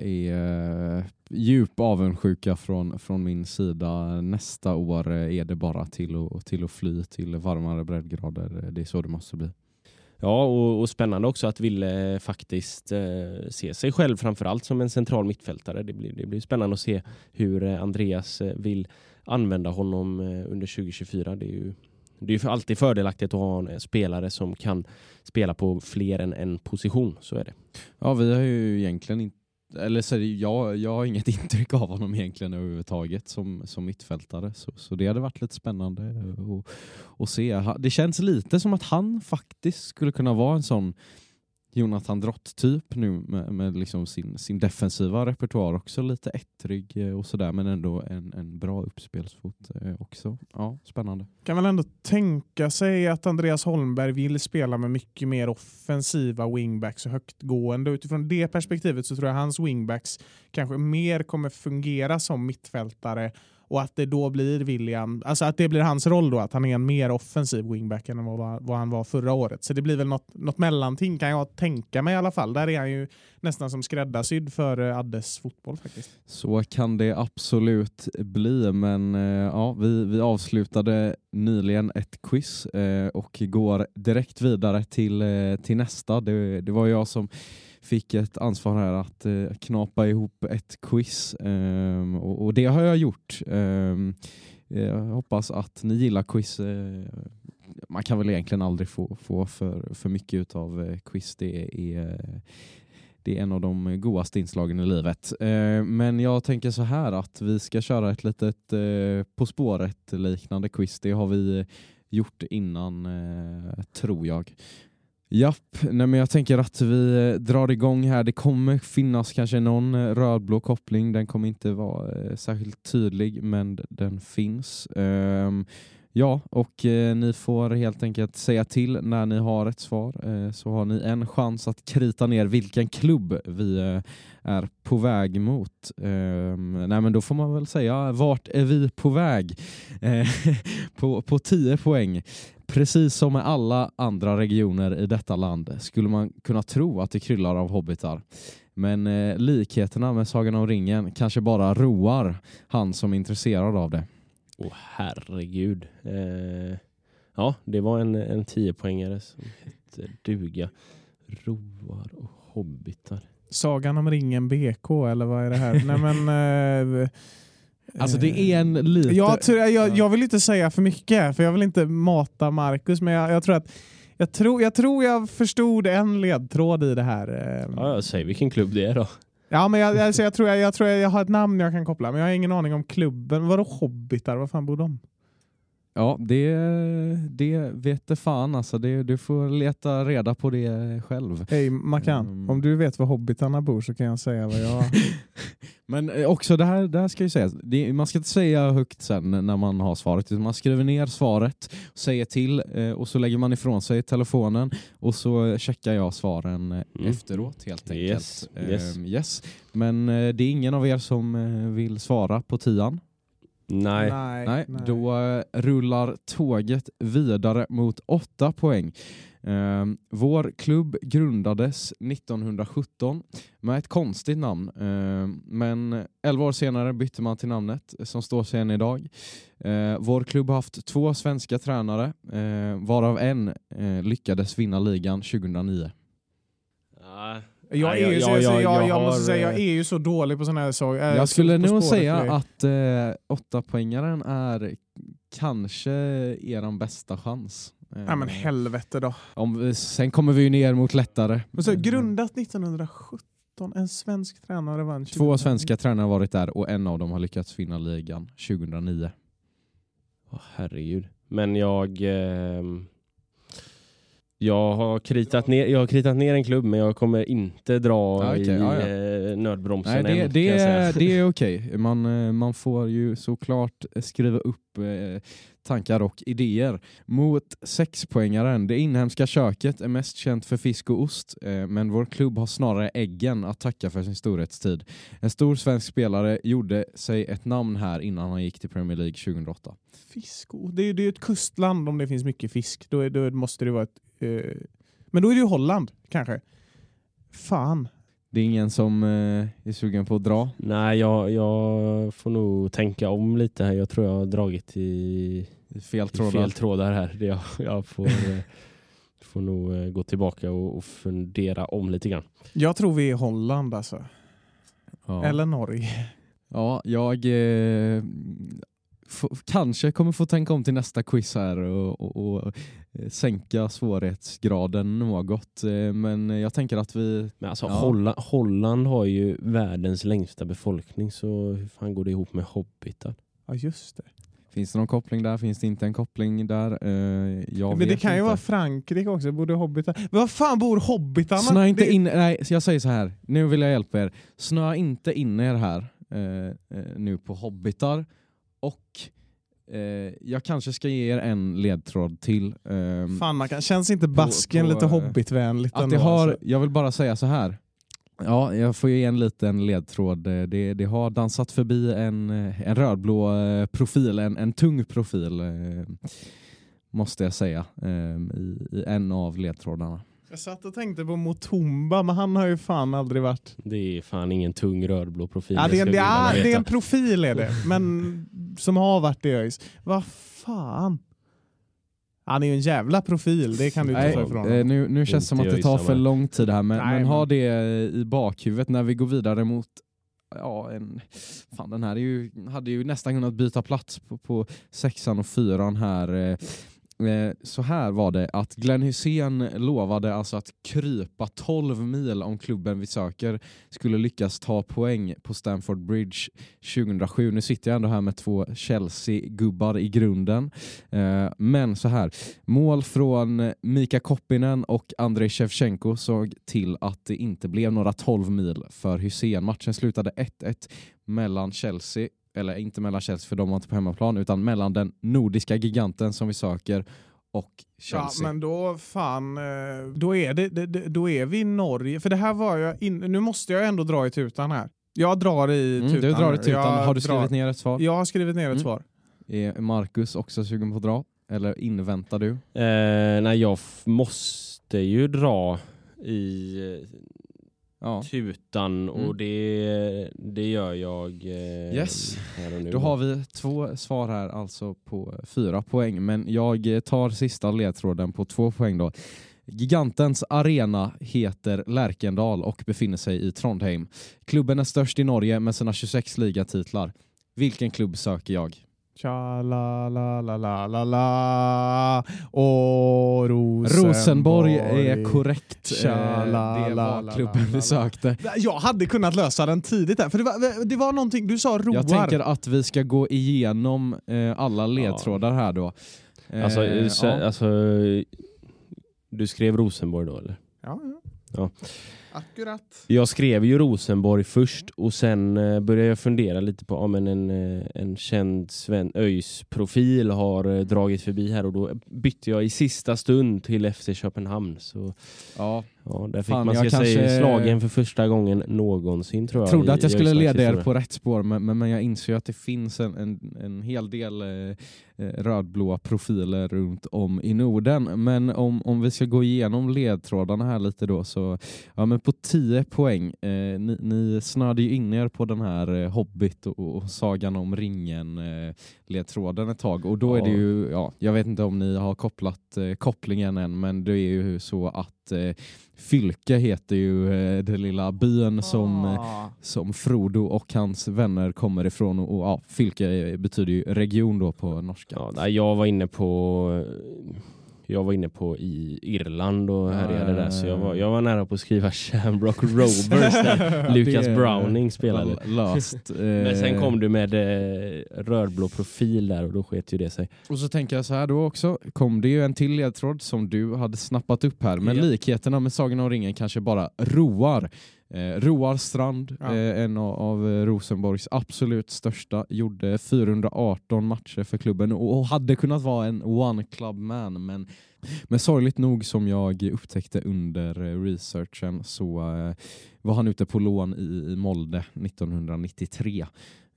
är djup avundsjuka från min sida. Nästa år är det bara till att fly till varmare breddgrader. Det är så det måste bli. Ja, och spännande också att Ville faktiskt se sig själv framförallt som en central mittfältare. Det blir spännande att se hur Andreas vill använda honom under 2024. Det är ju alltid fördelaktigt att ha en spelare som kan spela på fler än en position, så är det. Ja, vi har ju egentligen inte, eller så jag har inget intryck av honom egentligen överhuvudtaget som mittfältare, så det hade varit lite spännande att se. Det känns lite som att han faktiskt skulle kunna vara en sån Jonathan Drott-typ nu med liksom sin defensiva repertoar också, lite ettrig och sådär, men ändå en bra uppspelsfot också. Ja, spännande. Kan väl ändå tänka sig att Andreas Holmberg vill spela med mycket mer offensiva wingbacks och högtgående. Utifrån det perspektivet så tror jag hans wingbacks kanske mer kommer fungera som mittfältare, och att det då blir William, alltså att det blir hans roll då, att han är en mer offensiv wingback än vad han var förra året. Så det blir väl något mellanting, kan jag tänka mig i alla fall. Där är han ju nästan som skräddarsydd för Addes fotboll faktiskt. Så kan det absolut bli, men ja, vi avslutade nyligen ett quiz och går direkt vidare till nästa. Det var jag som fick ett ansvar här att knapa ihop ett quiz och det har jag gjort. Jag hoppas att ni gillar quiz. Man kan väl egentligen aldrig få för mycket av quiz. Det är en av de godaste inslagen i livet. Men jag tänker så här att vi ska köra ett litet På spåret liknande quiz. Det har vi gjort innan, tror jag. Japp, men jag tänker att vi drar igång här. Det kommer finnas kanske någon rödblå koppling. Den kommer inte vara särskilt tydlig, men den finns. Ja, och ni får helt enkelt säga till när ni har ett svar. Så har ni en chans att krita ner vilken klubb vi är på väg mot. Nej, men då får man väl säga, vart är vi på väg? På 10 poäng. Precis som med alla andra regioner i detta land skulle man kunna tro att det kryllar av hobbitar. Men likheterna med Sagan om ringen kanske bara roar han som är intresserad av det. Åh, herregud. Ja, det var en 10-poängare som hette duga. Roar och hobbitar. Sagan om ringen BK, eller vad är det här? Nej, men... Alltså det är en lite... Jag vill inte säga för mycket, för jag vill inte mata Marcus, men jag tror att jag förstod en ledtråd i det här. Ja, säg vilken klubb det är då. Ja, men jag tror jag har ett namn jag kan koppla, men jag har ingen aning om klubben. Vadå hobbitar? Vad fan bor de? Ja, det vet det fan. Alltså du får leta reda på det själv. Hej Mackan, om du vet var hobbitarna bor så kan jag säga vad jag... Men också det här ska ju sägas. Man ska inte säga högt sen när man har svaret. Man skriver ner svaret, säger till och så lägger man ifrån sig telefonen och så checkar jag svaren efteråt helt enkelt. Yes. Men det är ingen av er som vill svara på 10:an. Nej. Då rullar tåget vidare mot 8 poäng. Vår klubb grundades 1917 med ett konstigt namn. Men 11 år senare bytte man till namnet som står sig än idag. Vår klubb har haft 2 svenska tränare, varav en lyckades vinna ligan 2009. Jag måste säga, jag är ju så dålig på såna här saker. Jag skulle nog säga att 8-poängaren är kanske er bästa chans. Ja, men helvete då. Sen kommer vi ju ner mot lättare. Men så grundat 1917, en svensk tränare vann 2009. 2 svenska tränare har varit där och en av dem har lyckats vinna ligan 2009. Herregud. Men jag har kritat ner en klubb, men jag kommer inte dra nödbromsen. Nej, det är okej. Man får ju såklart skriva upp tankar och idéer. Mot 6-poängaren. Det inhemska köket är mest känt för fisk och ost, men vår klubb har snarare äggen att tacka för sin storhetstid. En stor svensk spelare gjorde sig ett namn här innan han gick till Premier League 2008. Fisk och... Det är ju ett kustland om det finns mycket fisk. Då måste det vara ett... Men då är det ju Holland, kanske. Fan. Det är ingen som är sugen på att dra? Nej, jag får nog tänka om lite här. Jag tror jag har dragit i fel trådar här. Jag får nog gå tillbaka och fundera om lite grann. Jag tror vi är Holland alltså. Ja. Eller Norge. Ja, jag kanske kommer få tänka om till nästa quiz här och sänka svårighetsgraden något. Men jag tänker att vi... Men alltså, Holland har ju världens längsta befolkning, så hur fan går det ihop med hobbitar? Ja, just det. Finns det någon koppling där? Finns det inte en koppling där? Men det kan ju vara Frankrike också. Borde hobbitar. Men vad fan bor hobbitarna? Snöa inte in... Nej, jag säger så här. Nu vill jag hjälpa er. Snöa inte in er här nu på hobbitar. Och jag kanske ska ge er en ledtråd till. Fan, känns inte basken lite hobbitvänligt? Att det har, jag vill bara säga så här. Ja, jag får ge en liten ledtråd. Det har dansat förbi en rödblå profil, en tung profil, måste jag säga, i en av ledtrådarna. Jag satt och tänkte på Mutumba, men han har ju fan aldrig varit... Det är fan ingen tung rödblå profil. Ja, det är en profil är det, men som har varit det ÖIS. Vad fan? Han är ju en jävla profil, det kan du inte ta ifrån. Nu känns det som att det tar för lång tid här, men ha det i bakhuvudet när vi går vidare mot... Ja, den här hade ju nästan kunnat byta plats på 6an och 4an här. Så här var det att Glenn Hussein lovade alltså att krypa 12 mil om klubben vi söker skulle lyckas ta poäng på Stamford Bridge 2007. Nu sitter jag ändå här med 2 Chelsea-gubbar i grunden. Men så här, mål från Mika Koppinen och Andrei Shevchenko såg till att det inte blev några 12 mil för Hussein. Matchen slutade 1-1 mellan Chelsea, eller inte mellan Chelsea för de var inte på hemmaplan, utan mellan den nordiska giganten som vi söker och Chelsea. Ja, men då fan, då är vi i Norge. För det här var jag nu måste jag ändå dra i tutan här. Jag drar i tutan. Du drar i tutan. Har du skrivit ner ett svar? Jag har skrivit ner ett svar. Är Marcus också sugen på att dra? Eller inväntar du? Nej, jag måste ju dra i... tutan och det gör jag yes. Här och nu. Då har vi 2 svar här, alltså på 4 poäng, men jag tar sista ledtråden på 2 poäng då. Gigantens arena heter Lärkendal och befinner sig i Trondheim. Klubben är störst i Norge med sina 26 ligatitlar. Vilken klubb söker jag? Tja la la la la la la och Rosenborg är korrekt. Tja, la, det la, var la, klubben la, la, vi sökte. Jag hade kunnat lösa den tidigt här, för det var någonting du sa, roar. Jag tänker att vi ska gå igenom alla ledtrådar här då. Alltså du skrev Rosenborg då eller? Ja. Akkurat. Jag skrev ju Rosenborg först och sen började jag fundera lite på om en känd ÖIS profil har dragit förbi här och då bytte jag i sista stund till FC Köpenhamn. Så Ja, där fick man ska säga slagen för första gången någonsin tror jag. Trodde att jag skulle leda er på rätt spår men jag inser ju att det finns en hel del rödblåa profiler runt om i Norden. Men om vi ska gå igenom ledtrådarna här lite då så men på 10 poäng. Ni snöade ju in er på den här Hobbit och Sagan om ringen ledtråden ett tag. Och då är det ju, jag vet inte om ni har kopplat kopplingen än, men det är ju så att Fylke heter ju den lilla byn som Frodo och hans vänner kommer ifrån och Fylke betyder ju region då på norska. Ja, jag var inne på i Irland och härjade där så jag var nära på att skriva Shamrock Rovers där Lucas Browning spelade. Löst. Men sen kom du med rödblå profil där och då sket ju det sig. Och så tänker jag så här då också, kom det ju en till ledtråd som du hade snappat upp här, men likheterna med Sagan om ringen kanske bara roar. Roar Strand, en av Rosenborgs absolut största, gjorde 418 matcher för klubben och hade kunnat vara en one club man, men sorgligt nog som jag upptäckte under researchen så var han ute på lån i Molde 1993.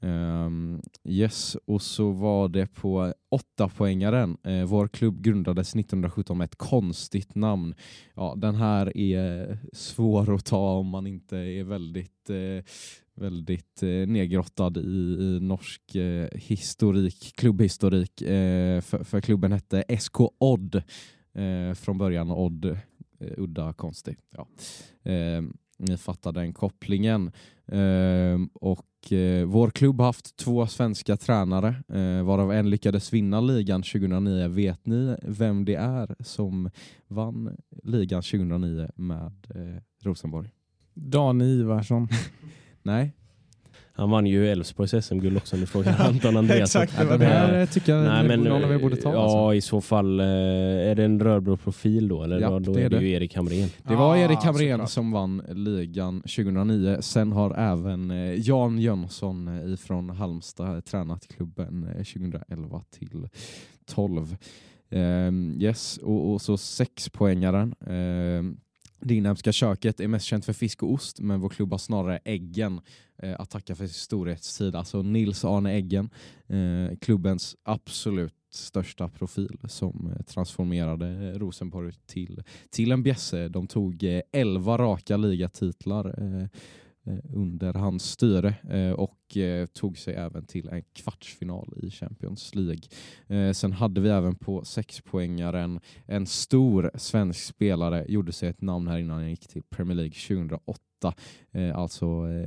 Och så var det på 8-poängaren. Vår klubb grundades 1917 med ett konstigt namn. Ja, den här är svår att ta om man inte är väldigt nedgrottad i norsk klubbhistorik. För klubben hette SK Odd från början. Odd, udda, konstigt. Ja. Ni fattar den kopplingen. Vår klubb har haft 2 svenska tränare varav en lyckades vinna ligan 2009. Vet ni vem det är som vann ligan 2009 med Rosenborg? Dan Ivarsson. Nej. Han vann ju Elfsborgs SM-guld också, nu frågar Anton Andreas. Exakt, det här tycker jag någon vi borde ta. Ja, alltså. i så fall är det en rödblå profil då? Eller Ja, då är det ju Erik Hamrén. Det var Erik Hamrén som vann ligan 2009. Sen har även Jan Jönsson ifrån Halmstad tränat klubben 2011 till 12. Och så 6-poängaren. Det inhemska köket är mest känt för fisk och ost, men vår klubb har snarare Äggen att tacka för storhetstid. Alltså Nils Arne Äggen, klubbens absolut största profil som transformerade Rosenborg till en bjässe. De tog 11 raka ligatitlar under hans styre och tog sig även till en kvartsfinal i Champions League. Sen hade vi även på 6-poängaren en stor svensk spelare, gjorde sig ett namn här innan han gick till Premier League 2008. Alltså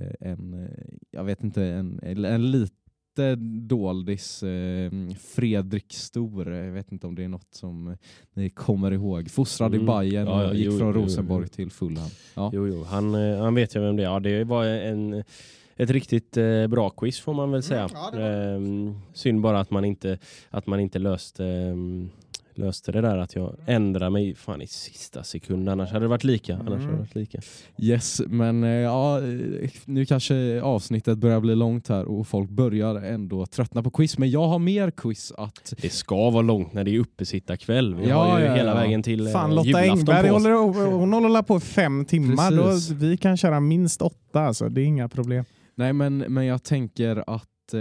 en lite doldis Fredrik Stor. Jag vet inte om det är något som ni kommer ihåg. Fostrad i Bayern och gick från Rosenborg till Fulham. Ja. Jo, han vet jag vem det är. Ja, det var ett riktigt bra quiz får man väl säga. Synd bara att man inte löste det där att jag ändrar mig fan i sista sekund. Annars hade det varit lika. Yes, men nu kanske avsnittet börjar bli långt här och folk börjar ändå tröttna på quiz. Men jag har mer quiz att... Det ska vara långt när det är uppesittarkväll. Vi har ju hela vägen till fan, Lotta Engberg hon håller på 5 timmar. Då vi kan köra minst 8. Alltså. Det är inga problem. Nej, men jag tänker att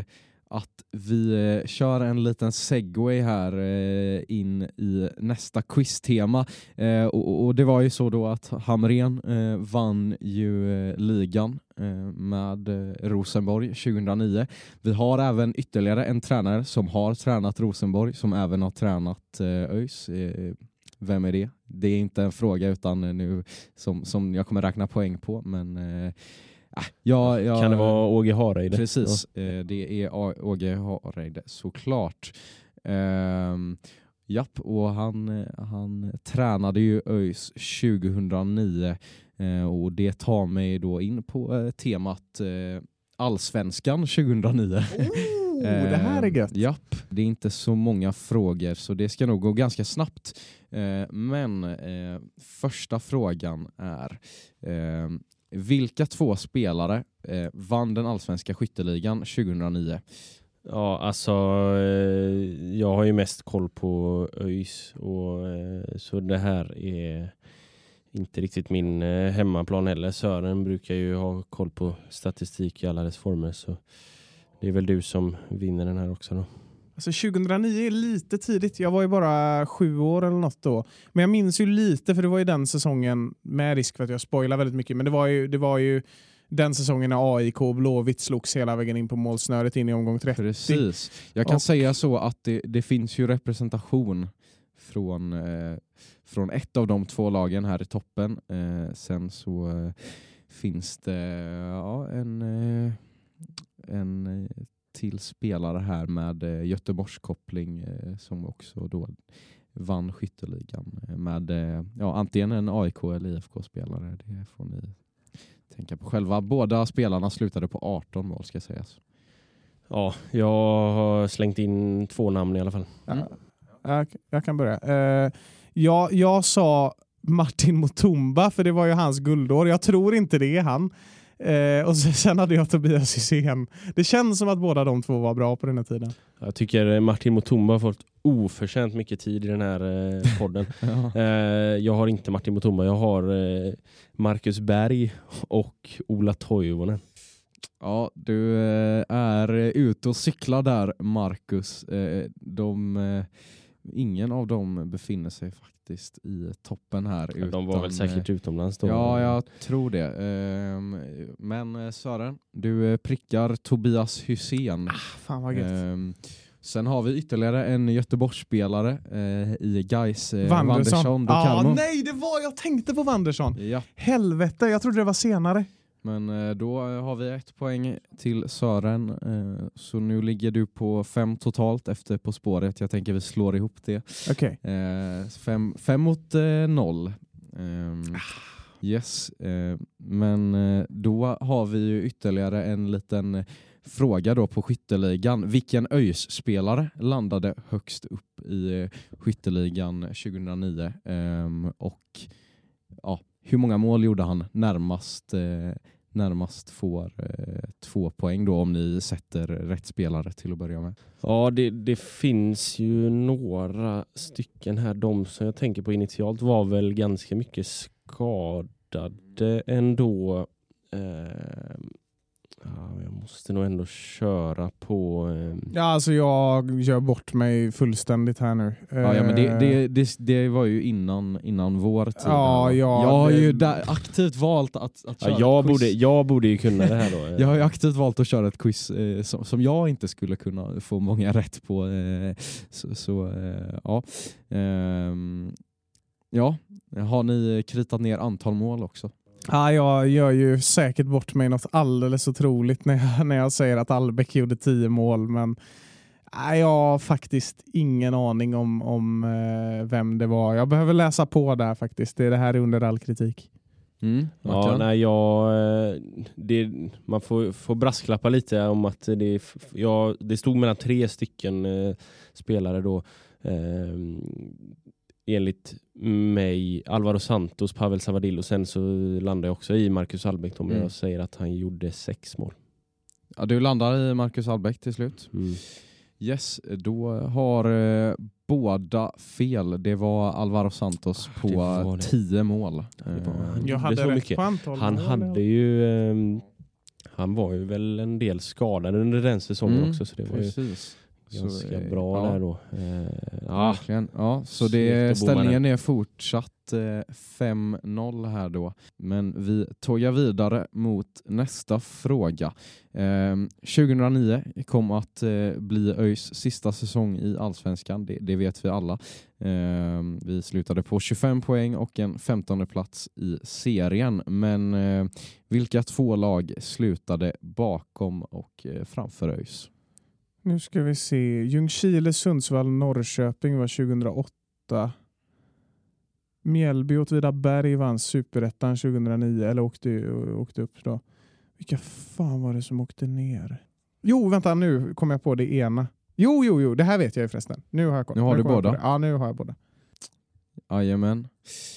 vi kör en liten segway här in i nästa quiztema. Och det var ju så då att Hamrén vann ju ligan med Rosenborg 2009. Vi har även ytterligare en tränare som har tränat Rosenborg, som även har tränat ÖIS. Vem är det? Det är inte en fråga utan nu som jag kommer räkna poäng på, men... Kan det vara Åge Hareide? Precis, det är Åge Hareide såklart. Och han tränade ju ÖIS 2009 och det tar mig då in på temat Allsvenskan 2009. det här är gött. Japp, det är inte så många frågor så det ska nog gå ganska snabbt. Men första frågan är vilka 2 spelare vann den allsvenska skytteligan 2009? Ja, alltså jag har ju mest koll på ÖIS och så det här är inte riktigt min hemmaplan heller. Sören brukar ju ha koll på statistik i alla dess former, så det är väl du som vinner den här också då. Alltså 2009 är lite tidigt. Jag var ju bara 7 år eller något då. Men jag minns ju lite, för det var ju den säsongen, med risk för att jag spoilar väldigt mycket, men det var ju den säsongen när AIK och Blåvitt slogs hela vägen in på målsnöret in i omgång 30. Precis. Jag kan säga så att det finns ju representation från ett av de 2 lagen här i toppen. Sen så finns det en till spelare här med Göteborgskoppling som också då vann skytteligan med antingen en AIK eller IFK-spelare. Det får ni tänka på själva. Båda spelarna slutade på 18 mål ska sägas. Ja, jag har slängt in 2 namn i alla fall. Jag kan börja. Jag sa Martin Mutumba, för det var ju hans guldår. Jag tror inte det är han. Och sen hade jag Tobias Hysén. Det känns som att båda de 2 var bra på den här tiden. Jag tycker Martin Mutumba har fått oförtjänt mycket tid i den här podden. Jag har inte Martin Mutumba, jag har Marcus Berg och Ola Toivonen. Ja, du är ute och cyklar där, Marcus. Ingen av dem befinner sig faktiskt i toppen här. Ja, de var väl säkert utomlands då. Ja, jag tror det. Men Sören, du prickar Tobias Hysén. Fan vad gött. Sen har vi ytterligare en Göteborgsspelare i Gais, Wanderson. Nej, jag tänkte på Wanderson. Ja. Helvete, jag trodde det var senare. Men då har vi 1 poäng till Sören. Så nu ligger du på 5 totalt efter På spåret. Jag tänker vi slår ihop det. Okej. 5 mot 0. Yes. Men då har vi ju ytterligare en liten fråga då på skytteligan. Vilken ÖIS-spelare landade högst upp i skytteligan 2009? Och hur många mål gjorde han? Närmast får 2 poäng då om ni sätter rätt spelare till att börja med. Ja, det finns ju några stycken här. De som jag tänker på initialt var väl ganska mycket skadade ändå. Jag måste nog ändå köra på... Ja, alltså jag gör bort mig fullständigt här nu. Men det var ju innan vår tid. Jag har ju aktivt valt att köra jag borde ju kunna det här då. Jag har ju aktivt valt att köra ett quiz som jag inte skulle kunna få många rätt på. Har ni kritat ner antal mål också? Ja, jag gör ju säkert bort mig något alldeles otroligt när jag säger att Albeck gjorde 10 mål, men jag har faktiskt ingen aning om vem det var. Jag behöver läsa på där faktiskt. Det här är under all kritik. Man får brasklappa lite om att det stod mellan 3 stycken spelare då. Enligt mig, Alvaro Santos, Pavel Savadil, och sen så landar jag också i Marcus Albeck om jag säger att han gjorde 6 mål. Ja, du landar i Marcus Albeck till slut. Yes, då har båda fel. Det var Alvaro Santos på 10 mål. Jag hade så rätt mycket. på antal. Han var ju väl en del skadad under den säsongen också, så det var ju ganska bra där då. Verkligen. Ja, så ställningen är fortsatt 5-0 här då. Men vi tågar vidare mot nästa fråga. 2009 kom att bli ÖIS sista säsong i Allsvenskan. Det vet vi alla. Vi slutade på 25 poäng och en 15:e plats i serien. Men vilka 2 lag slutade bakom och framför ÖIS? Nu ska vi se. Ljungskile, Sundsvall, Norrköping var 2008. Mjällby och Åtvidaberg vann Superettan 2009. Eller åkte upp då. Vilka fan var det som åkte ner? Jo, vänta, nu kommer jag på det ena. Jo, det här vet jag ju förresten. Nu har jag koll. Nu har du båda? Ja, nu har jag båda. Jajamän.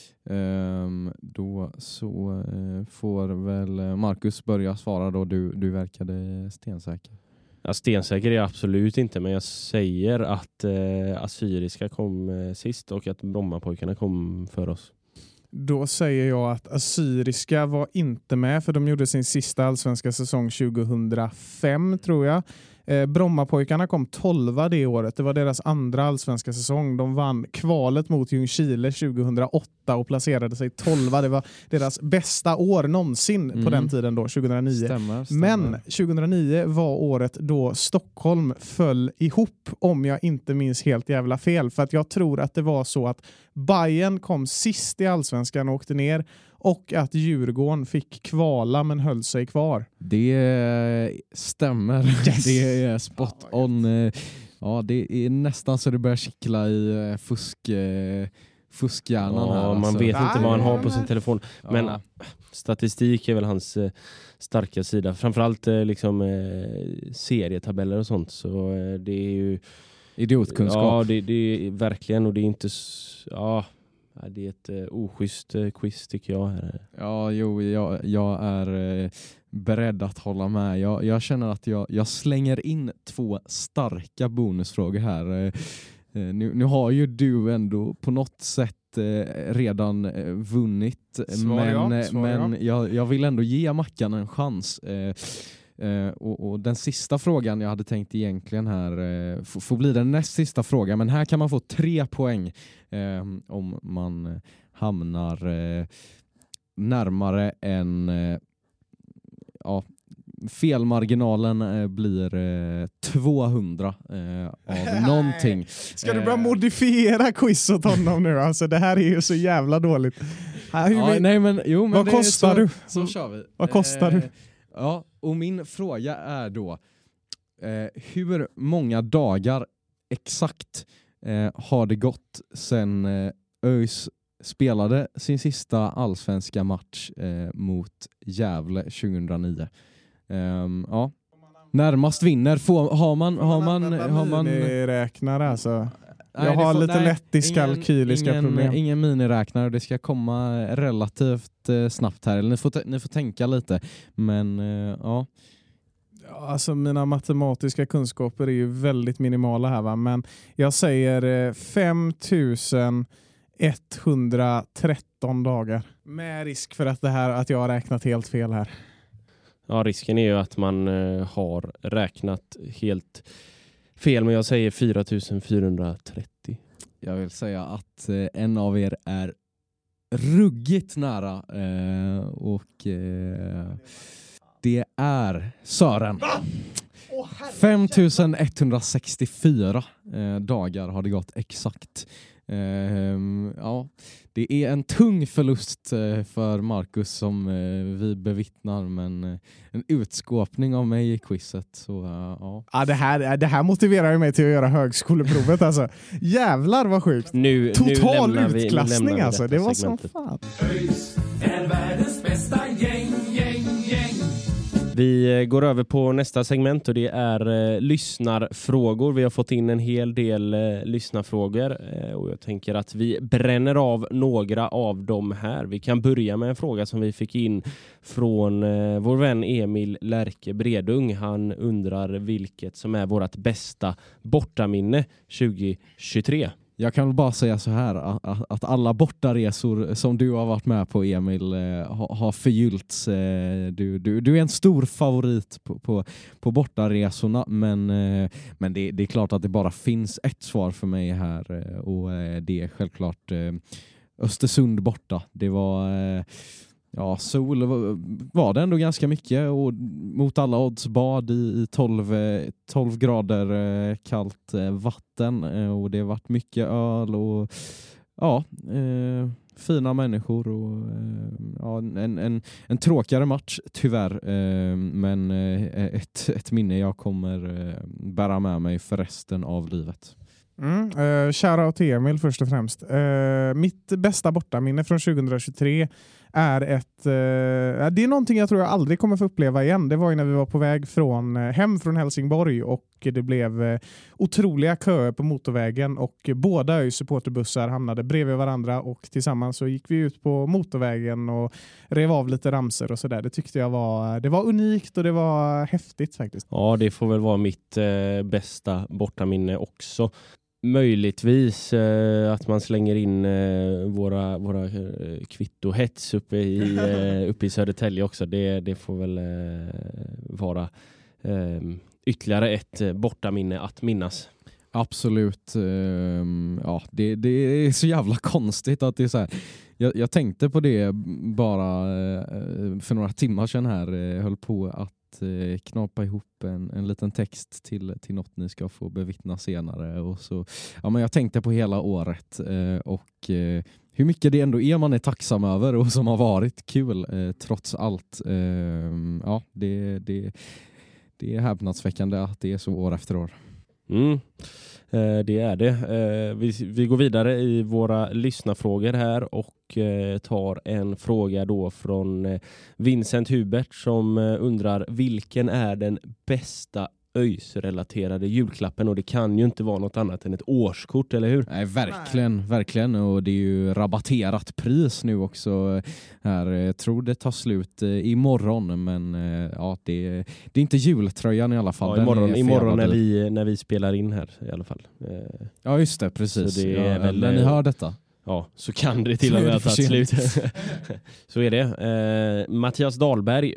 Då så får väl Marcus börja svara då. Du verkade stensäker. Ja, stensäker är jag absolut inte, men jag säger att Assyriska kom sist och att Brommapojkarna kom för oss. Då säger jag att Assyriska var inte med, för de gjorde sin sista allsvenska säsong 2005 tror jag. Brommapojkarna kom 12 det året. Det var deras andra allsvenska säsong. De vann kvalet mot Ljungskile 2008 och placerade sig 12. Det var deras bästa år någonsin på den tiden då, 2009. Stämmer. Men 2009 var året då Stockholm föll ihop, om jag inte minns helt jävla fel. För att jag tror att det var så att Bayern kom sist i allsvenskan och åkte ner. Och att Djurgården fick kvala men höll sig kvar. Det stämmer. Yes. Det är spot on. Ja, det är nästan så det börjar kittla i fuskhjärnan här. Man alltså. vet inte vad han har på sin telefon. Men Ja. Statistik är väl hans starka sida. Framförallt liksom serietabeller och sånt. Så det är ju... Idiotkunskap. Ja, det är verkligen. Och det är inte... Ja... Det är ett oschysst quiz tycker jag. Ja, jag är beredd att hålla med. Jag känner att jag slänger in 2 starka bonusfrågor här. Nu har ju du ändå på något sätt redan vunnit. Men jag vill ändå ge Mackan en chans. Och den sista frågan jag hade tänkt egentligen här får bli den näst sista frågan, men här kan man få 3 poäng om man hamnar närmare än felmarginalen blir 200 av någonting. Ska du börja modifiera quiz åt honom nu? Alltså det här är ju så jävla dåligt. Vad kostar du? Så kör vi. Vad kostar du? Ja, och min fråga är då hur många dagar exakt har det gått sedan ÖIS spelade sin sista allsvenska match mot Gävle 2009? Ja. Närmast vinner har man räknare alltså. Jag har lite lättiskalkyliska problem. Ingen miniräknare, det ska komma relativt snabbt här. Eller ni får tänka lite. Men ja. Alltså mina matematiska kunskaper är ju väldigt minimala här va. Men jag säger 5113 dagar. Med risk för att jag har räknat helt fel här. Ja, risken är ju att man har räknat helt fel, men jag säger 4430. Jag vill säga att en av er är ruggigt nära och det är Sören. 5164 dagar har det gått exakt. Ja, det är en tung förlust för Marcus som vi bevittnar, men en utskåpning av mig i quizet. Så, ja. Det här motiverar ju mig till att göra högskoleprovet. Alltså. Jävlar vad sjukt. Total utklassning alltså. Det var som fan. ÖIS är världens bästa gäng. Vi går över på nästa segment och det är lyssnarfrågor. Vi har fått in en hel del lyssnarfrågor och jag tänker att vi bränner av några av dem här. Vi kan börja med en fråga som vi fick in från vår vän Emil Lärke Bredung. Han undrar vilket som är vårt bästa bortaminne 2023. Jag kan bara säga så här att alla bortaresor som du har varit med på, Emil, har förgyllts. Du är en stor favorit på bortaresorna, men det är klart att det bara finns ett svar för mig här och det är självklart Östersund borta. Det var... Ja, sol var det ändå ganska mycket och mot alla odds bad i 12 grader kallt vatten och det har varit mycket öl och ja, fina människor och ja, en tråkigare match tyvärr, men ett minne jag kommer bära med mig för resten av livet. Shoutout till Emil först och främst. Mitt bästa bortaminne från 2023 är det är någonting jag tror jag aldrig kommer få uppleva igen. Det var ju när vi var på väg hem från Helsingborg och det blev otroliga köer på motorvägen och båda ÖIS supporterbussar hamnade bredvid varandra och tillsammans så gick vi ut på motorvägen och rev av lite ramser och sådär. Det tyckte jag var unikt och det var häftigt faktiskt. Ja, det får väl vara mitt bästa bortaminne också. Möjligtvis att man slänger in våra kvittohets uppe i Södertälje också. Det får väl vara ytterligare ett bortaminne att minnas. Absolut. Ja, det är så jävla konstigt att det är så här. Jag tänkte på det bara för några timmar sedan här. Höll på att knapa ihop en liten text till något ni ska få bevittna senare. Och så, ja, men jag tänkte på hela året och hur mycket det ändå är man är tacksam över och som har varit kul trots allt. Ja, det är häpnadsväckande att det är så år efter år. Det är det. Vi går vidare i våra lyssnarfrågor här och tar en fråga då från Vincent Hubert som undrar vilken är den bästa ÖIS-relaterade julklappen, och det kan ju inte vara något annat än ett årskort, eller hur? Nej, verkligen, och det är ju rabatterat pris nu också här. Jag tror det tar slut imorgon, men ja, det är inte jultröjan i alla fall. Ja, imorgon när vi spelar in här i alla fall. Ja, just det, precis. Så det är väl, när ni hör detta. Ja, så kan det till och med ha tagit slut. Så är det. Mattias Dahlberg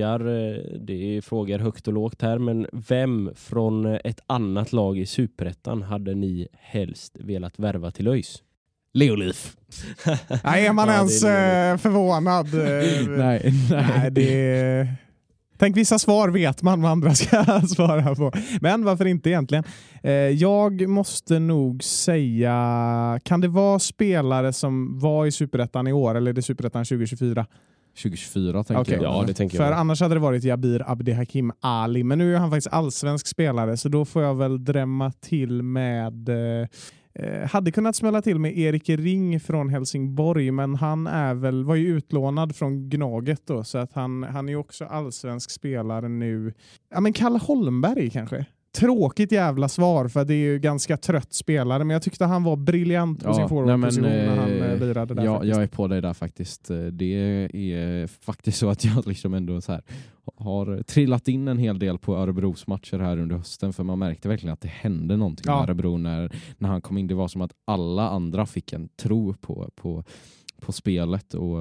frågar högt och lågt här, men vem från ett annat lag i Superettan hade ni helst velat värva till ÖIS? Leolif. Nej, är man ens förvånad? Nej, det tänk, vissa svar vet man vad andra ska svara på. Men varför inte egentligen? Jag måste nog säga, kan det vara spelare som var i Superettan i år eller är det Superettan 2024? 2024 tänker jag. Ja, det tänker jag. För annars hade det varit Jabir Abdihakim Ali. Men nu är han faktiskt allsvensk spelare, så då får jag väl drämma till med... hade kunnat smälla till med Erik Ring från Helsingborg, men han var ju utlånad från Gnaget då, så att han är ju också allsvensk spelare nu. Ja, men Kalle Holmberg kanske. Tråkigt jävla svar, för det är ju ganska trött spelare, men jag tyckte han var briljant på sin forwardposition när han lirade där. Ja, jag är på dig där faktiskt. Det är faktiskt så att jag liksom ändå så här har trillat in en hel del på Örebros matcher här under hösten, för man märkte verkligen att det hände någonting med Örebro när han kom in. Det var som att alla andra fick en tro på spelet, och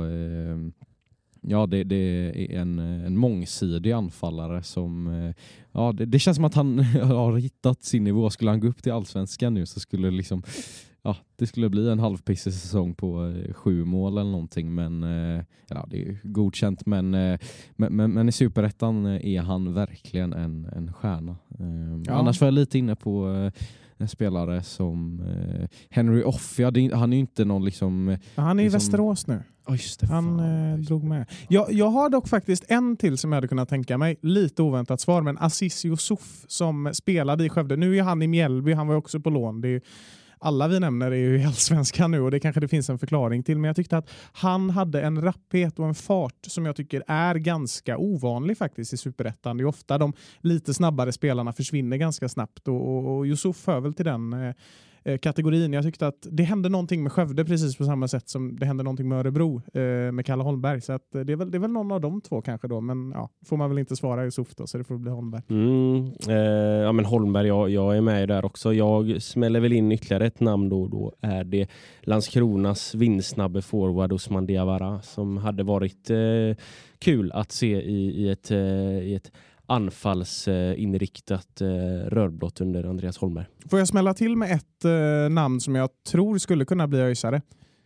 ja, det är en mångsidig anfallare som ja, det känns som att han har hittat sin nivå. Skulle han gå upp till allsvenskan nu så skulle det skulle bli en halvpissig säsong på 7 mål eller någonting, men ja, det är godkänt, men i Superettan är han verkligen en stjärna. Annars var jag lite inne på en spelare som Henry Offia. Han är ju inte någon liksom... Han är i Västerås nu. Just det, han drog med. Jag har dock faktiskt en till som jag hade kunnat tänka mig. Lite oväntat svar, men Aziz Yusuf som spelade i Skövde. Nu är han i Mjällby, han var också på lån. Det är ju, alla vi nämner är ju i allsvenskan nu, och det kanske det finns en förklaring till. Men jag tyckte att han hade en rapphet och en fart som jag tycker är ganska ovanlig faktiskt i Superettan. Det är ofta de lite snabbare spelarna försvinner ganska snabbt, och Yusuf hör väl till den kategorin. Jag tyckte att det hände någonting med Skövde precis på samma sätt som det hände någonting med Örebro med Kalle Holmberg. Så att det är väl någon av de två kanske då, men ja, får man väl inte svara Yusuf då, så det får bli Holmberg. Ja, men Holmberg, jag är med där också. Jag smäller väl in ytterligare ett namn då är det Landskronas vindsnabbe forward Osman Diawara, som hade varit kul att se i ett anfallsinriktat rörblott under Andreas Holmberg. Får jag smälla till med ett namn som jag tror skulle kunna bli öisare?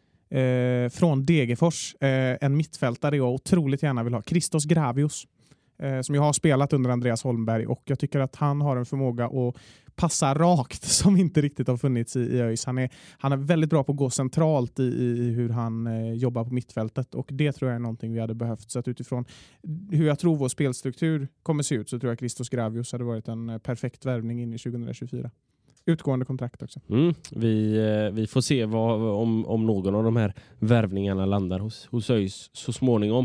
Från Degerfors. En mittfältare jag otroligt gärna vill ha. Christos Gravius. Som jag har spelat under Andreas Holmberg, och jag tycker att han har en förmåga att passa rakt som inte riktigt har funnits i ÖIS. Han är väldigt bra på att gå centralt i hur han jobbar på mittfältet, och det tror jag är någonting vi hade behövt. Så att utifrån hur jag tror vår spelstruktur kommer se ut, så tror jag Christos Gravius hade varit en perfekt värvning in i 2024. Utgående kontrakt också. Vi får se om någon av de här värvningarna landar hos ÖIS så småningom.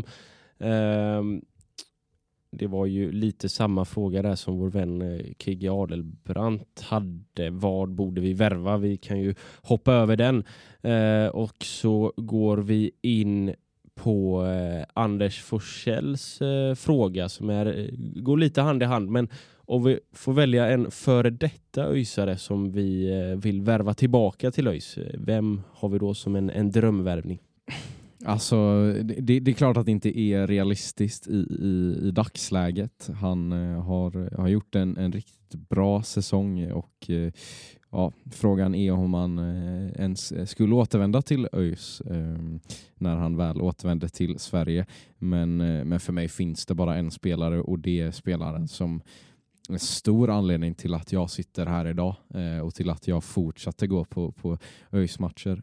Det var ju lite samma fråga där som vår vän Kigge Adelbrandt hade. Vad borde vi värva? Vi kan ju hoppa över den. Och så går vi in på Anders Forsells fråga som går lite hand i hand. Men om vi får välja en före detta ÖISare som vi vill värva tillbaka till ÖIS. Vem har vi då som en drömvärvning? Alltså, det är klart att det inte är realistiskt i dagsläget. Han har gjort en riktigt bra säsong och frågan är om han ens skulle återvända till ÖIS när han väl återvände till Sverige. Men för mig finns det bara en spelare och det är spelaren som en stor anledning till att jag sitter här idag och till att jag fortsatte gå på ÖIS-matcher.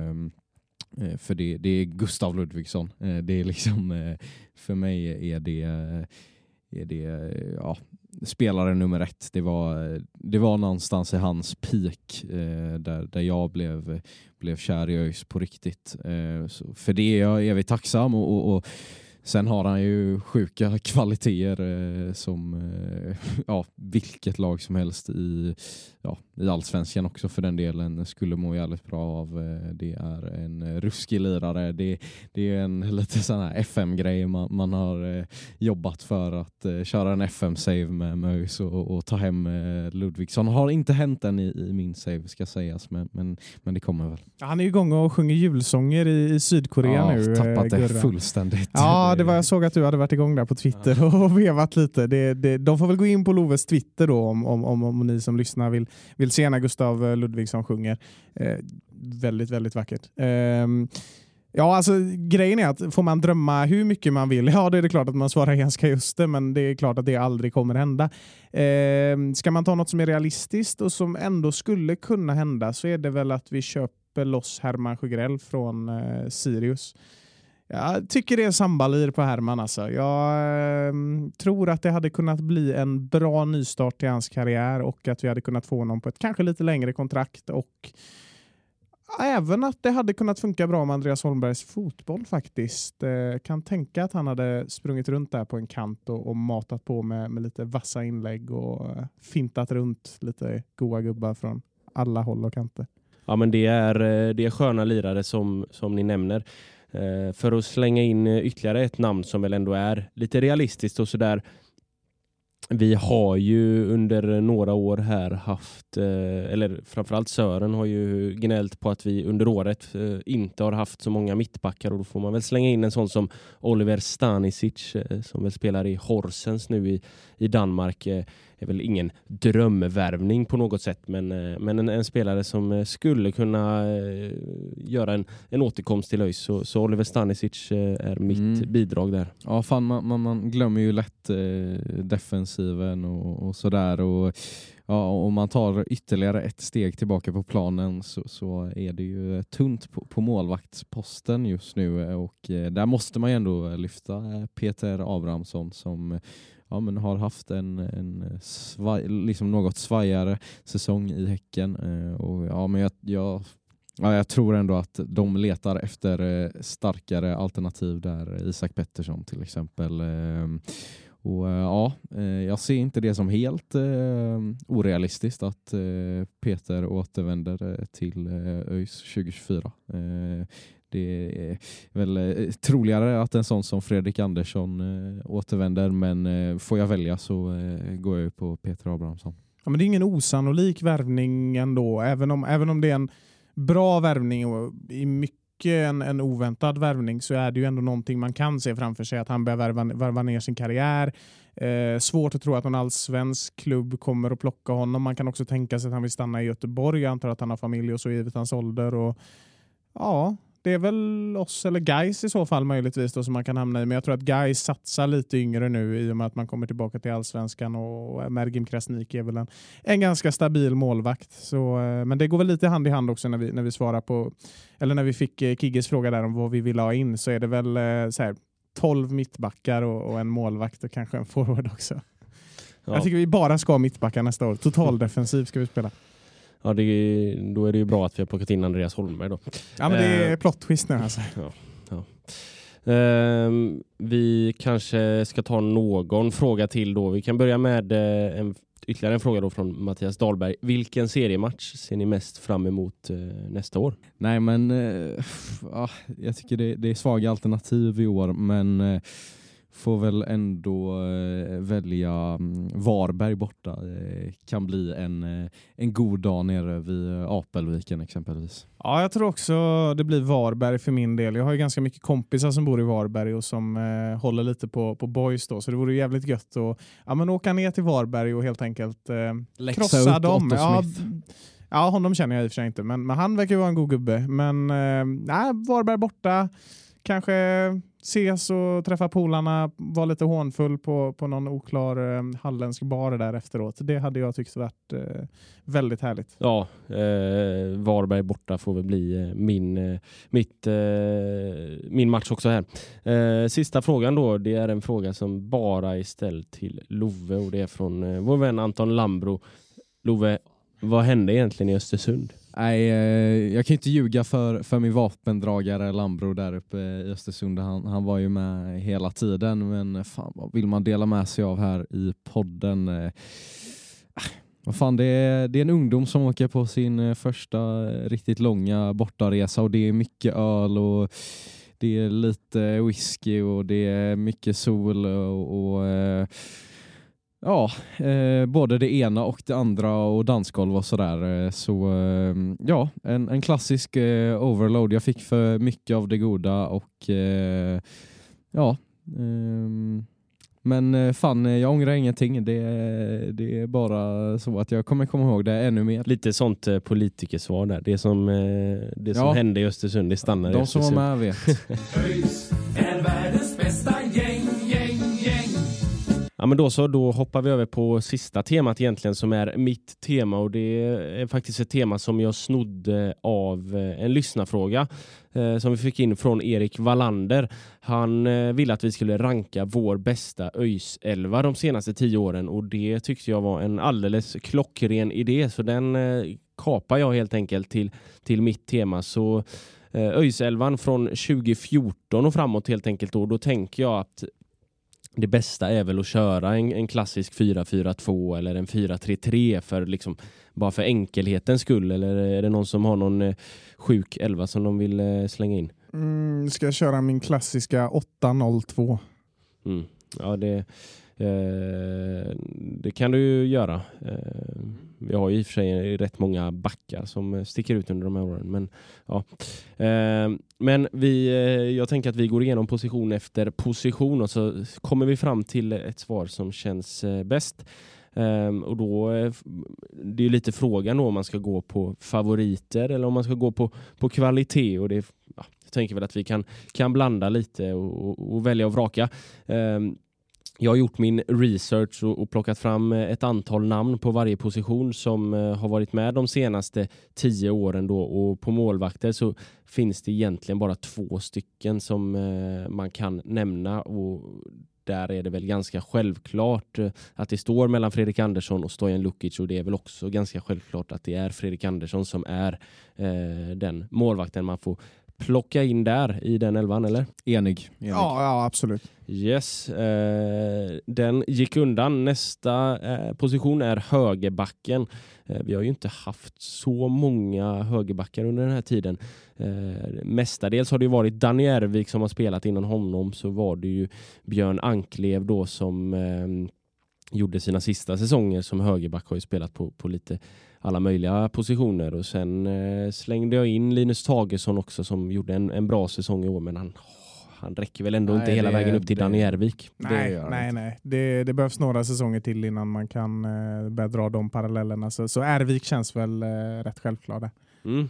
För det är Gustav Ludvigsson. Det är liksom, för mig är det spelare nummer 1. Det var någonstans i hans peak där jag blev kär i ÖIS på riktigt. Så för det är jag evigt tacksam och sen har han ju sjuka kvaliteter som vilket lag som helst i Allsvenskan också för den delen skulle må jävligt bra av. Det är en ruskig lirare. Det är en lite sån här FM-grej man har jobbat för att köra en FM-save med ÖIS och ta hem Ludvigsson. Har inte hänt än i min save ska sägas, men det kommer väl. Han är ju igång och sjunger julsånger i Sydkorea nu. Tappat det fullständigt. Ja, jag såg att du hade varit igång där på Twitter och vevat lite. De får väl gå in på Loves Twitter då om ni som lyssnar vill se när Gustav Ludvigsson sjunger. Väldigt, väldigt vackert. Alltså grejen är att får man drömma hur mycket man vill, det är det klart att man svarar ganska just det, men det är klart att det aldrig kommer hända. Ska man ta något som är realistiskt och som ändå skulle kunna hända så är det väl att vi köper loss Herman Sjögrell från Sirius. Jag tycker det är sambalir på Herman alltså. Jag tror att det hade kunnat bli en bra nystart i hans karriär och att vi hade kunnat få honom på ett kanske lite längre kontrakt och även att det hade kunnat funka bra med Andreas Holmbergs fotboll faktiskt. Kan tänka att han hade sprungit runt där på en kant och matat på med lite vassa inlägg och fintat runt lite goa gubbar från alla håll och kanter. Ja, men det är sköna lirare som ni nämner. För att slänga in ytterligare ett namn som väl ändå är lite realistiskt och sådär. Vi har ju under några år här haft, eller framförallt Sören har ju gnällt på att vi under året inte har haft så många mittbackar och då får man väl slänga in en sån som Oliver Stanisic som väl spelar i Horsens nu i Danmark. Är väl ingen drömvärvning på något sätt men en spelare som skulle kunna göra en återkomst till ÖIS så Oliver Stanisic är mitt bidrag där. Ja fan man glömmer ju lätt defensiven och sådär och om man tar ytterligare ett steg tillbaka på planen så är det ju tunt på målvaktsposten just nu och där måste man ju ändå lyfta Peter Abrahamsson som men har haft en liksom något svajare säsong i Häcken och men jag tror ändå att de letar efter starkare alternativ där Isak Pettersson till exempel och jag ser inte det som helt orealistiskt att Peter återvänder till ÖIS 2024. Det är väl troligare att en sån som Fredrik Andersson återvänder, men får jag välja så går jag på Peter Abrahamsson. Ja, men det är ingen osannolik värvning ändå, även om det är en bra värvning och i mycket en oväntad värvning så är det ju ändå någonting man kan se framför sig att han börjar värva ner sin karriär. Svårt att tro att någon allsvensk klubb kommer att plocka honom. Man kan också tänka sig att han vill stanna i Göteborg. Jag antar att han har familj och så givet hans ålder och det är väl oss eller Gais i så fall möjligtvis då som man kan hamna i. Men jag tror att Gais satsar lite yngre nu i och med att man kommer tillbaka till Allsvenskan och Mergim Krasnik är väl en ganska stabil målvakt. Så, men det går väl lite hand i hand också när vi svarar på, eller när vi fick Kigges fråga där om vad vi vill ha in så är det väl så här 12 mittbackar och en målvakt och kanske en forward också. Ja. Jag tycker vi bara ska ha mittbackar nästa år. Total defensiv ska vi spela. Ja, då är det ju bra att vi har plockat in Andreas Holmberg då. Ja, men det är plot twist nu alltså. Ja. Vi kanske ska ta någon fråga till då. Vi kan börja med ytterligare en fråga då från Mattias Dahlberg. Vilken seriematch ser ni mest fram emot nästa år? Nej, men jag tycker det är svaga alternativ i år, men får väl ändå välja Varberg borta. Det kan bli en god dag nere vid Apelviken exempelvis. Ja, jag tror också det blir Varberg för min del. Jag har ju ganska mycket kompisar som bor i Varberg och som håller lite på boys då. Så det vore jävligt gött att åka ner till Varberg och helt enkelt krossa dem. Ja, honom känner jag i och för sig inte. Men han verkar ju vara en god gubbe. Men Varberg borta. Kanske ses och träffa polarna, vara lite hånfull på någon oklar halländsk bar där efteråt. Det hade jag tyckt varit väldigt härligt. Ja, Varberg borta får väl bli min match också här. Sista frågan då, det är en fråga som bara är ställd till Love och det är från vår vän Anton Lambro. Love, vad hände egentligen i Östersund? Nej, jag kan inte ljuga för min vapendragare Lambro där uppe i Östersund. Han var ju med hela tiden, men fan, vad vill man dela med sig av här i podden? Vad fan, det är en ungdom som åker på sin första riktigt långa bortaresa och det är mycket öl och det är lite whisky och det är mycket sol och både det ena och det andra och dansgolv och sådär. Så en klassisk overload. Jag fick för mycket av det goda och men fan, jag ångrar ingenting. Det är bara så att jag kommer komma ihåg det ännu mer. Lite sånt politikersvar där. Det som hände i Östersund, det stannar i Östersund. De som var med vet. ÖIS är världens bästa gäng. Ja, men då hoppar vi över på sista temat egentligen som är mitt tema och det är faktiskt ett tema som jag snodde av en lyssnarfråga som vi fick in från Erik Wallander. Han ville att vi skulle ranka vår bästa ÖIS-11 de senaste 10 åren och det tyckte jag var en alldeles klockren idé så den kapar jag helt enkelt till mitt tema. Så ÖIS-11 från 2014 och framåt helt enkelt då tänker jag att det bästa är väl att köra en klassisk 4-4-2 eller en 4-3-3 för liksom bara för enkelhetens skull, eller är det någon som har någon sjuk 11 som de vill slänga in? Ska jag köra min klassiska 8-0-2? Ja, det kan du ju göra. Vi har ju i och för sig rätt många backar som sticker ut under de här åren. Men, ja. Men jag tänker att vi går igenom position efter position och så kommer vi fram till ett svar som känns bäst. Och då det är lite frågan då om man ska gå på favoriter eller om man ska gå på kvalitet och jag tänker väl att vi kan blanda lite och välja och vraka. Jag har gjort min research och plockat fram ett antal namn på varje position som har varit med de senaste 10 åren då, och på målvakter så finns det egentligen bara 2 stycken som man kan nämna och där är det väl ganska självklart att det står mellan Fredrik Andersson och Stojan Lukic och det är väl också ganska självklart att det är Fredrik Andersson som är den målvakten man får plocka in där i den 11, eller? Enig. Ja, absolut. Yes, den gick undan. Nästa position är högerbacken. Vi har ju inte haft så många högerbackar under den här tiden. Mestadels har det ju varit Danny Ervik som har spelat. Innan honom så var det ju Björn Anklev då som gjorde sina sista säsonger som högerback, har ju spelat på lite alla möjliga positioner och sen slängde jag in Linus Tagesson också som gjorde en bra säsong i år, men han räcker väl ändå inte hela vägen upp till Danny Ervik. Nej. Det behövs några säsonger till innan man kan börja dra de parallellerna. Så Ervik känns väl rätt självklart där.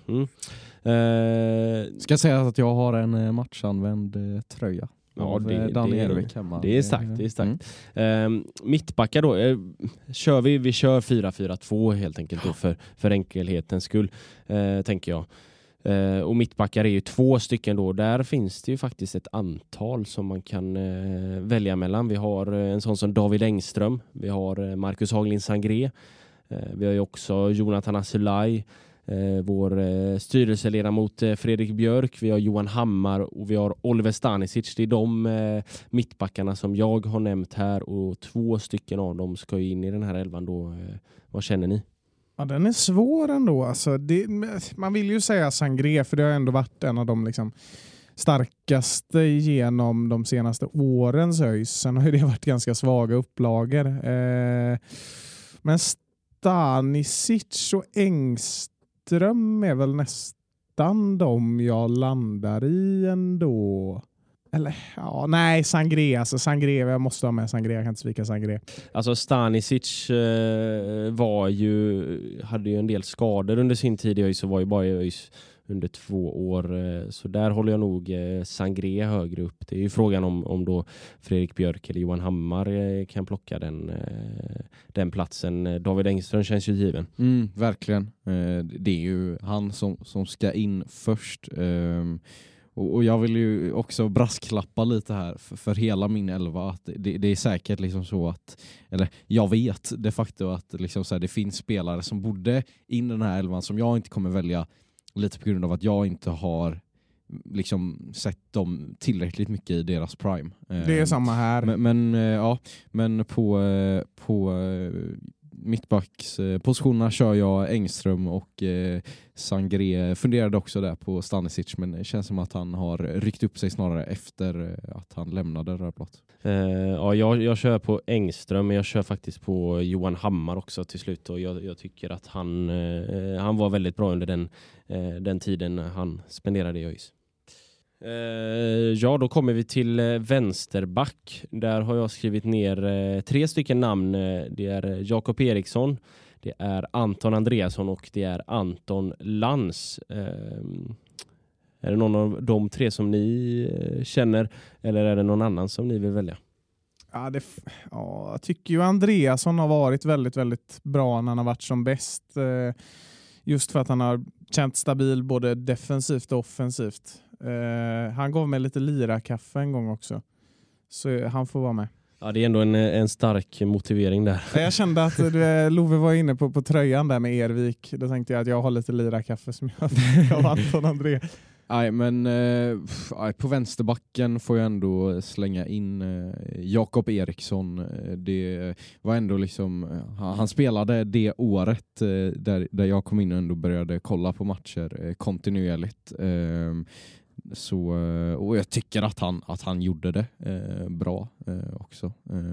Ska jag säga att jag har en matchanvänd tröja. Ja, det är starkt. Mittbackar då, kör vi kör 4-4-2 helt enkelt då för enkelhetens skull, tänker jag. Och mittbackar är ju 2 stycken då. Där finns det ju faktiskt ett antal som man kan välja mellan. Vi har en sån som David Engström. Vi har Marcus Haglind Sangré. Vi har ju också Jonathan Asulaj, vår styrelseledamot Fredrik Björk, vi har Johan Hammar och vi har Oliver Stanisic. Det är de mittbackarna som jag har nämnt här, och 2 stycken av dem ska ju in i den här 11 då. Vad känner ni? Ja, den är svår ändå. Alltså, man vill ju säga Sangré, för det har ändå varit en av de liksom starkaste genom de senaste årens ÖIS. Sen har ju det varit ganska svaga upplagor. Men Stanisic och Engström är väl nästan de jag landar i ändå. Eller, ja, nej, Sangré. Alltså Sangré, jag måste ha med Sangré. Jag kan inte svika Sangré. Alltså Stanisic hade ju en del skador under sin tid i ÖIS, och var ju bara i ÖIS under 2 år. Så där håller jag nog Sangré högre upp. Det är ju frågan om då Fredrik Björk eller Johan Hammar kan plocka den platsen. David Engström känns ju given. Verkligen. Det är ju han som ska in först. Och jag vill ju också brasklappa lite här för hela min 11, att det är säkert liksom så att, eller jag vet de facto att liksom så här, det finns spelare som borde in den här 11 som jag inte kommer välja, lite på grund av att jag inte har liksom sett dem tillräckligt mycket i deras prime. Det är samma här. Men på mittbackspositionerna kör jag Engström, och Sangré funderade också där på Stanisic, men det känns som att han har ryckt upp sig snarare efter att han lämnade Rödblått. Jag kör på Engström, men jag kör faktiskt på Johan Hammar också till slut, och jag tycker att han var väldigt bra under den tiden han spenderade i ÖIS. Då kommer vi till vänsterback. Där har jag skrivit ner 3 stycken namn. Det är Jakob Eriksson, det är Anton Andreasson och det är Anton Lantz. Är det någon av de 3 som ni känner, eller är det någon annan som ni vill välja? Jag tycker ju Andreasson har varit väldigt, väldigt bra när han har varit som bäst. Just för att han har känt stabil både defensivt och offensivt. Han gav mig lite lira-kaffe en gång också. Så han får vara med. Ja, det är ändå en stark motivering där. Jag kände att Love var inne på tröjan där med Ervik. Då tänkte jag att jag har lite lira-kaffe som jag av Anton André. Nej, men på vänsterbacken får jag ändå slänga in Jakob Eriksson. Det var ändå liksom, han spelade det året där jag kom in och ändå började kolla på matcher kontinuerligt. Och jag tycker att han gjorde det bra också.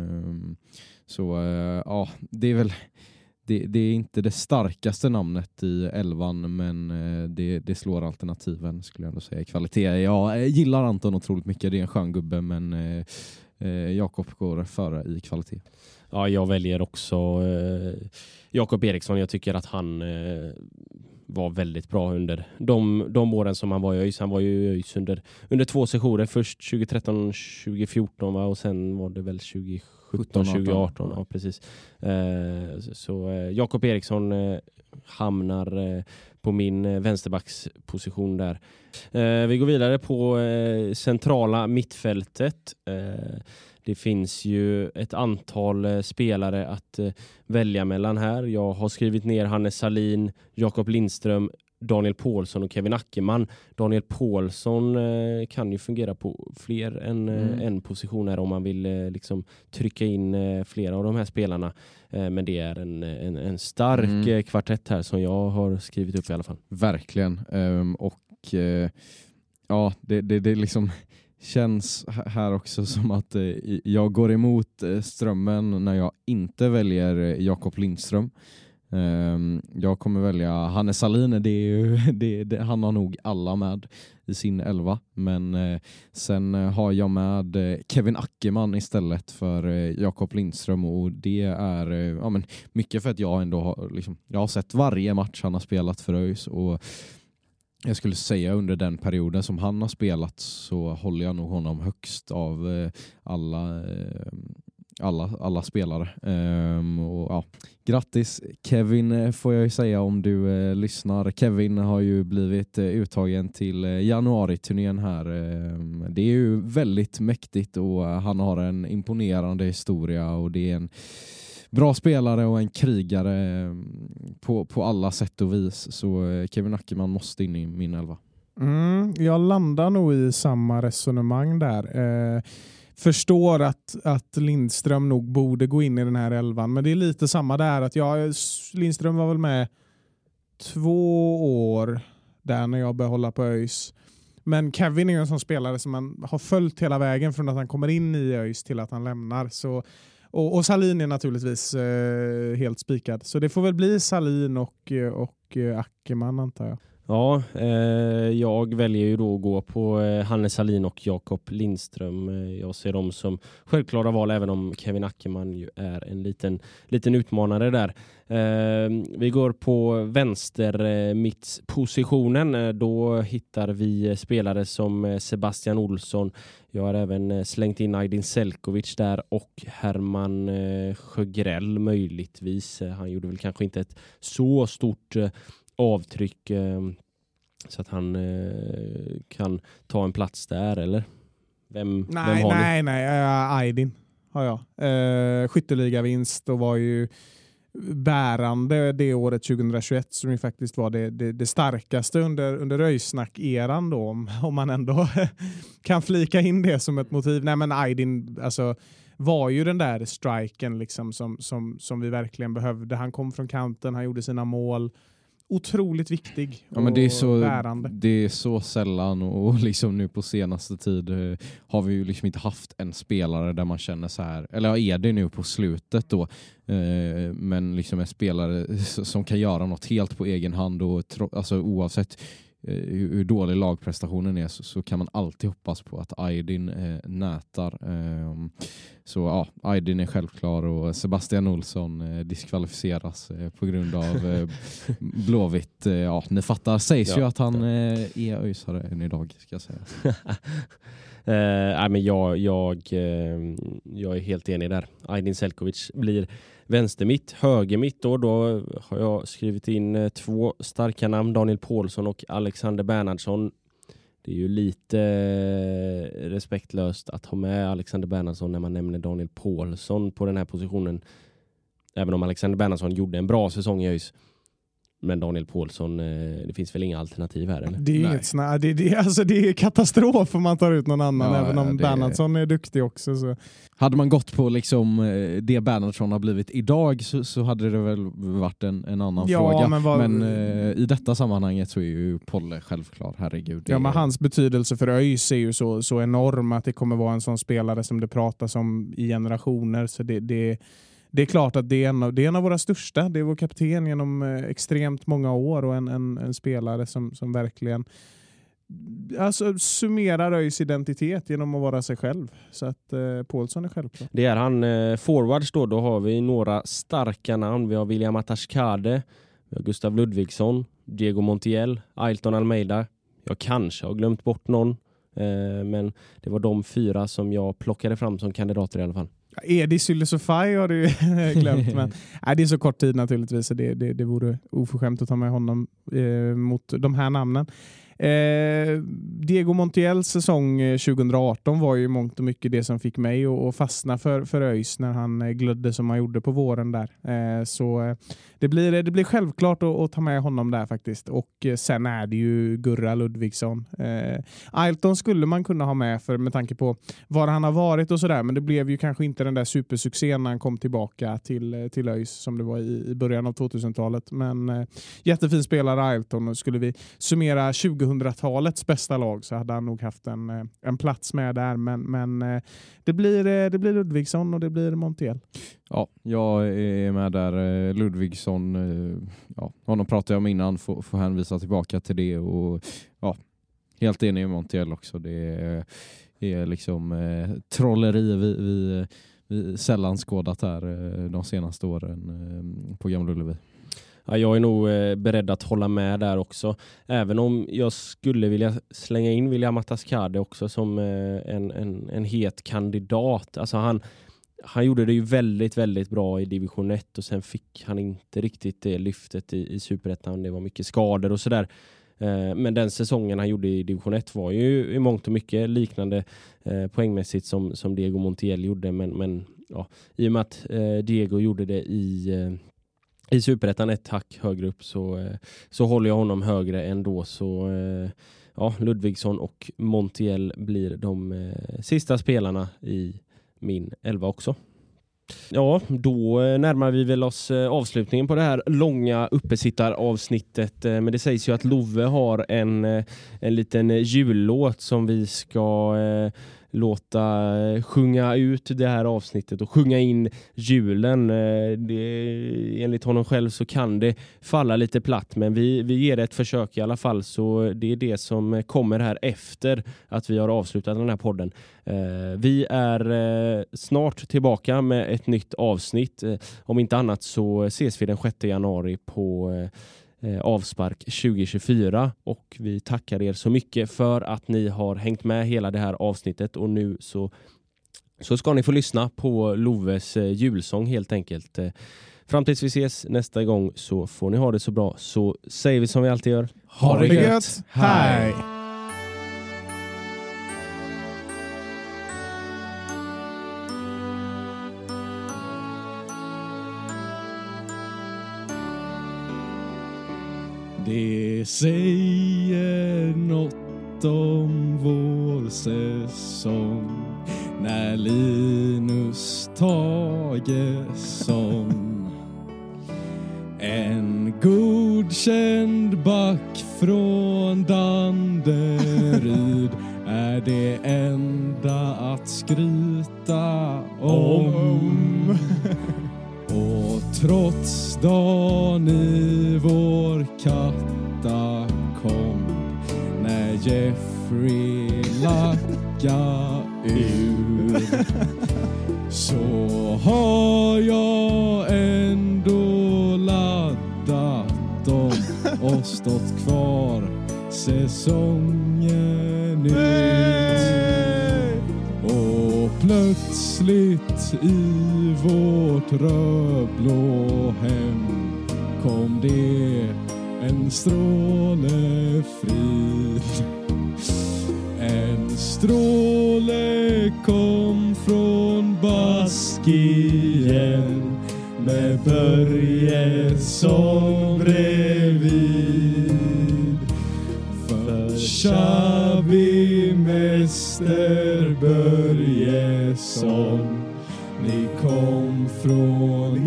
Det är väl det är inte det starkaste namnet i 11, men det slår alternativen, skulle jag ändå säga, i kvalitet. Jag gillar Anton otroligt mycket, det är en skön gubbe, men Jakob går före i kvalitet. Ja, jag väljer också Jakob Eriksson. Jag tycker att han var väldigt bra under de åren som han var i ÖIS. Han var ju i ÖIS under 2 sessioner. Först 2013-2014 och sen var det väl 2017-2018. Ja, precis. Så Jakob Eriksson hamnar på min vänsterbacksposition där. Vi går vidare på centrala mittfältet. Det finns ju ett antal spelare att välja mellan här. Jag har skrivit ner Hannes Salin, Jakob Lindström, Daniel Paulsson och Kevin Ackerman. Daniel Paulsson kan ju fungera på fler än en position här om man vill liksom trycka in flera av de här spelarna. Men det är en stark kvartett här som jag har skrivit upp i alla fall. Verkligen. Det liksom känns här också som att jag går emot strömmen när jag inte väljer Jakob Lindström. Jag kommer välja Hannes Salin. Han har nog alla med i sin 11, men sen har jag med Kevin Ackerman istället för Jakob Lindström, och det är mycket för att jag ändå har sett varje match han har spelat för ÖIS, och jag skulle säga under den perioden som han har spelat så håller jag nog honom högst av alla spelare. Grattis Kevin, får jag ju säga om du lyssnar. Kevin har ju blivit uttagen till januari-turnén här. Det är ju väldigt mäktigt och han har en imponerande historia, och det är en bra spelare och en krigare på alla sätt och vis. Så Kevin Ackerman måste in i min 11. Jag landar nog i samma resonemang där. Förstår att Lindström nog borde gå in i den här 11, men det är lite samma där. Att Lindström var väl med 2 år där när jag började hålla på ÖIS. Men Kevin är ju en sån spelare som man har följt hela vägen från att han kommer in i ÖIS till att han lämnar. Så, och Salin är naturligtvis helt spikad. Så det får väl bli Salin och Ackerman, antar jag. Ja, jag väljer ju då att gå på Hannes Salin och Jakob Lindström. Jag ser dem som självklara val, även om Kevin Ackerman ju är en liten utmanare där. Vi går på vänster mittpositionen. Då hittar vi spelare som Sebastian Olsson. Jag har även slängt in Aydin Selkovic där och Herman Sjögrell möjligtvis. Han gjorde väl kanske inte ett så stort avtryck så att han kan ta en plats där, eller? Vem har ni? Nej, Aydin har jag. Skytteligavinst och var ju bärande det året 2021 som ju faktiskt var det starkaste under Röjsnack-eran då, om man ändå kan flika in det som ett motiv. Nej, men Aydin alltså var ju den där striken liksom som vi verkligen behövde. Han kom från kanten, han gjorde sina mål. Otroligt viktig och men det är så bärande. Det är så sällan, och liksom nu på senaste tid har vi ju liksom inte haft en spelare där man känner så här, eller är det nu på slutet då, men liksom en spelare som kan göra något helt på egen hand, och alltså oavsett hur dålig lagprestationen är så kan man alltid hoppas på att Aydin nätar. Så ja, Aydin är självklar, och Sebastian Olsson diskvalificeras på grund av Blåvitt. Ja, ni fattar, sägs ju att han är öjsare än idag, ska jag säga. Nej, men jag är helt enig där. Aydin Selkovic blir vänstermitt. Högermitt då har jag skrivit in 2 starka namn, Daniel Paulsson och Alexander Bernhardsson. Det är ju lite respektlöst att ha med Alexander Bernhardsson när man nämner Daniel Paulsson på den här positionen. Även om Alexander Bernhardsson gjorde en bra säsong i ÖIS. Men Daniel Paulsson, det finns väl inga alternativ här, eller? Det är inget det är katastrof om man tar ut någon annan, även om Bernhardsson är duktig också. Så. Hade man gått på liksom det Bernhardsson har blivit idag så hade det väl varit en annan fråga. Men i detta sammanhanget så är ju Polle självklar, herregud. Ja, men hans betydelse för ÖIS är ju så enorm att det kommer vara en sån spelare som det pratas om i generationer. Så det är klart att det är en av våra största. Det är vår kapten genom extremt många år, och en spelare som verkligen alltså summerar ÖIS identitet genom att vara sig själv. Så att Paulsson är självklart. Det är han. Forwards då har vi några starka namn. Vi har William Atashkade, vi har Gustav Ludvigsson, Diego Montiel, Ailton Almeida. Jag kanske har glömt bort någon, men det var de 4 som jag plockade fram som kandidater i alla fall. Edi Sylesofaj har du glömt, men det är så kort tid naturligtvis, så det vore oförskämt att ta med honom mot de här namnen. Diego Montiels säsong 2018 var ju mångt och mycket det som fick mig att fastna för ÖIS när han glödde som han gjorde på våren där. Så det blir självklart att ta med honom där faktiskt. Och sen är det ju Gurra Ludvigsson. Ailton skulle man kunna ha med med tanke på var han har varit och sådär, men det blev ju kanske inte den där supersuccén när han kom tillbaka till ÖIS som det var i början av 2000-talet. Men jättefin spelare Ailton. Skulle vi summera 2000-talets bästa lag så hade han nog haft en plats med där, men det blir Ludvigsson och det blir Montiel. Ja, jag är med där. Ludvigsson, honom pratade jag om innan, får hänvisa tillbaka till det, och ja, helt enig med Montiel också. Det är liksom trolleri vi sällan skådat här de senaste åren på Gamla Ullevi. Ja, jag är nog beredd att hålla med där också. Även om jag skulle vilja slänga in William Atashkade också som en het kandidat. Alltså han gjorde det ju väldigt, väldigt bra i division 1, och sen fick han inte riktigt det lyftet i Superettan. Det var mycket skador och sådär. Men den säsongen han gjorde i division 1 var ju i mångt och mycket liknande poängmässigt som Diego Montiel gjorde. Men ja, i och med att Diego gjorde det i Superettan ett hack högre upp så håller jag honom högre ändå. Så ja, Ludvigsson och Montiel blir de sista spelarna i min 11 också. Ja, då närmar vi väl oss avslutningen på det här långa uppesittar-avsnittet. Men det sägs ju att Love har en liten jullåt som vi ska låta sjunga ut det här avsnittet och sjunga in julen. Enligt honom själv så kan det falla lite platt, men vi ger det ett försök i alla fall, så det är det som kommer här efter att vi har avslutat den här podden. Vi är snart tillbaka med ett nytt avsnitt. Om inte annat så ses vi den 6 januari på Avspark 2024, och vi tackar er så mycket för att ni har hängt med hela det här avsnittet, och nu så ska ni få lyssna på Loves julsång helt enkelt. Fram tills vi ses nästa gång så får ni ha det så bra, så säger vi som vi alltid gör. Ha det gött! Hej! Det säger något om vår säsong när Linus Tagesson, en godkänd back från Danderyd, är det enda att skryta om. Och trots dagen i vår katakomb när Jeffrey lackar ur, så har jag ändå laddat dem och stått kvar säsongen ut. Och plötsligt i vårt rödblå hem kom det en stråle frid. En stråle kom från Baskien med Börje som bredvid. För Xabi mäster Börjesson, ni kom från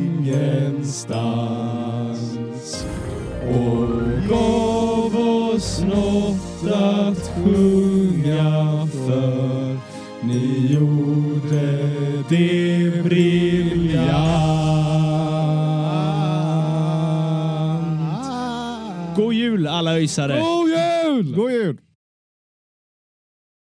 ingenstans och gav oss något att sjunga för. Ni gjorde det briljant. God jul alla öjsare! God jul! God jul!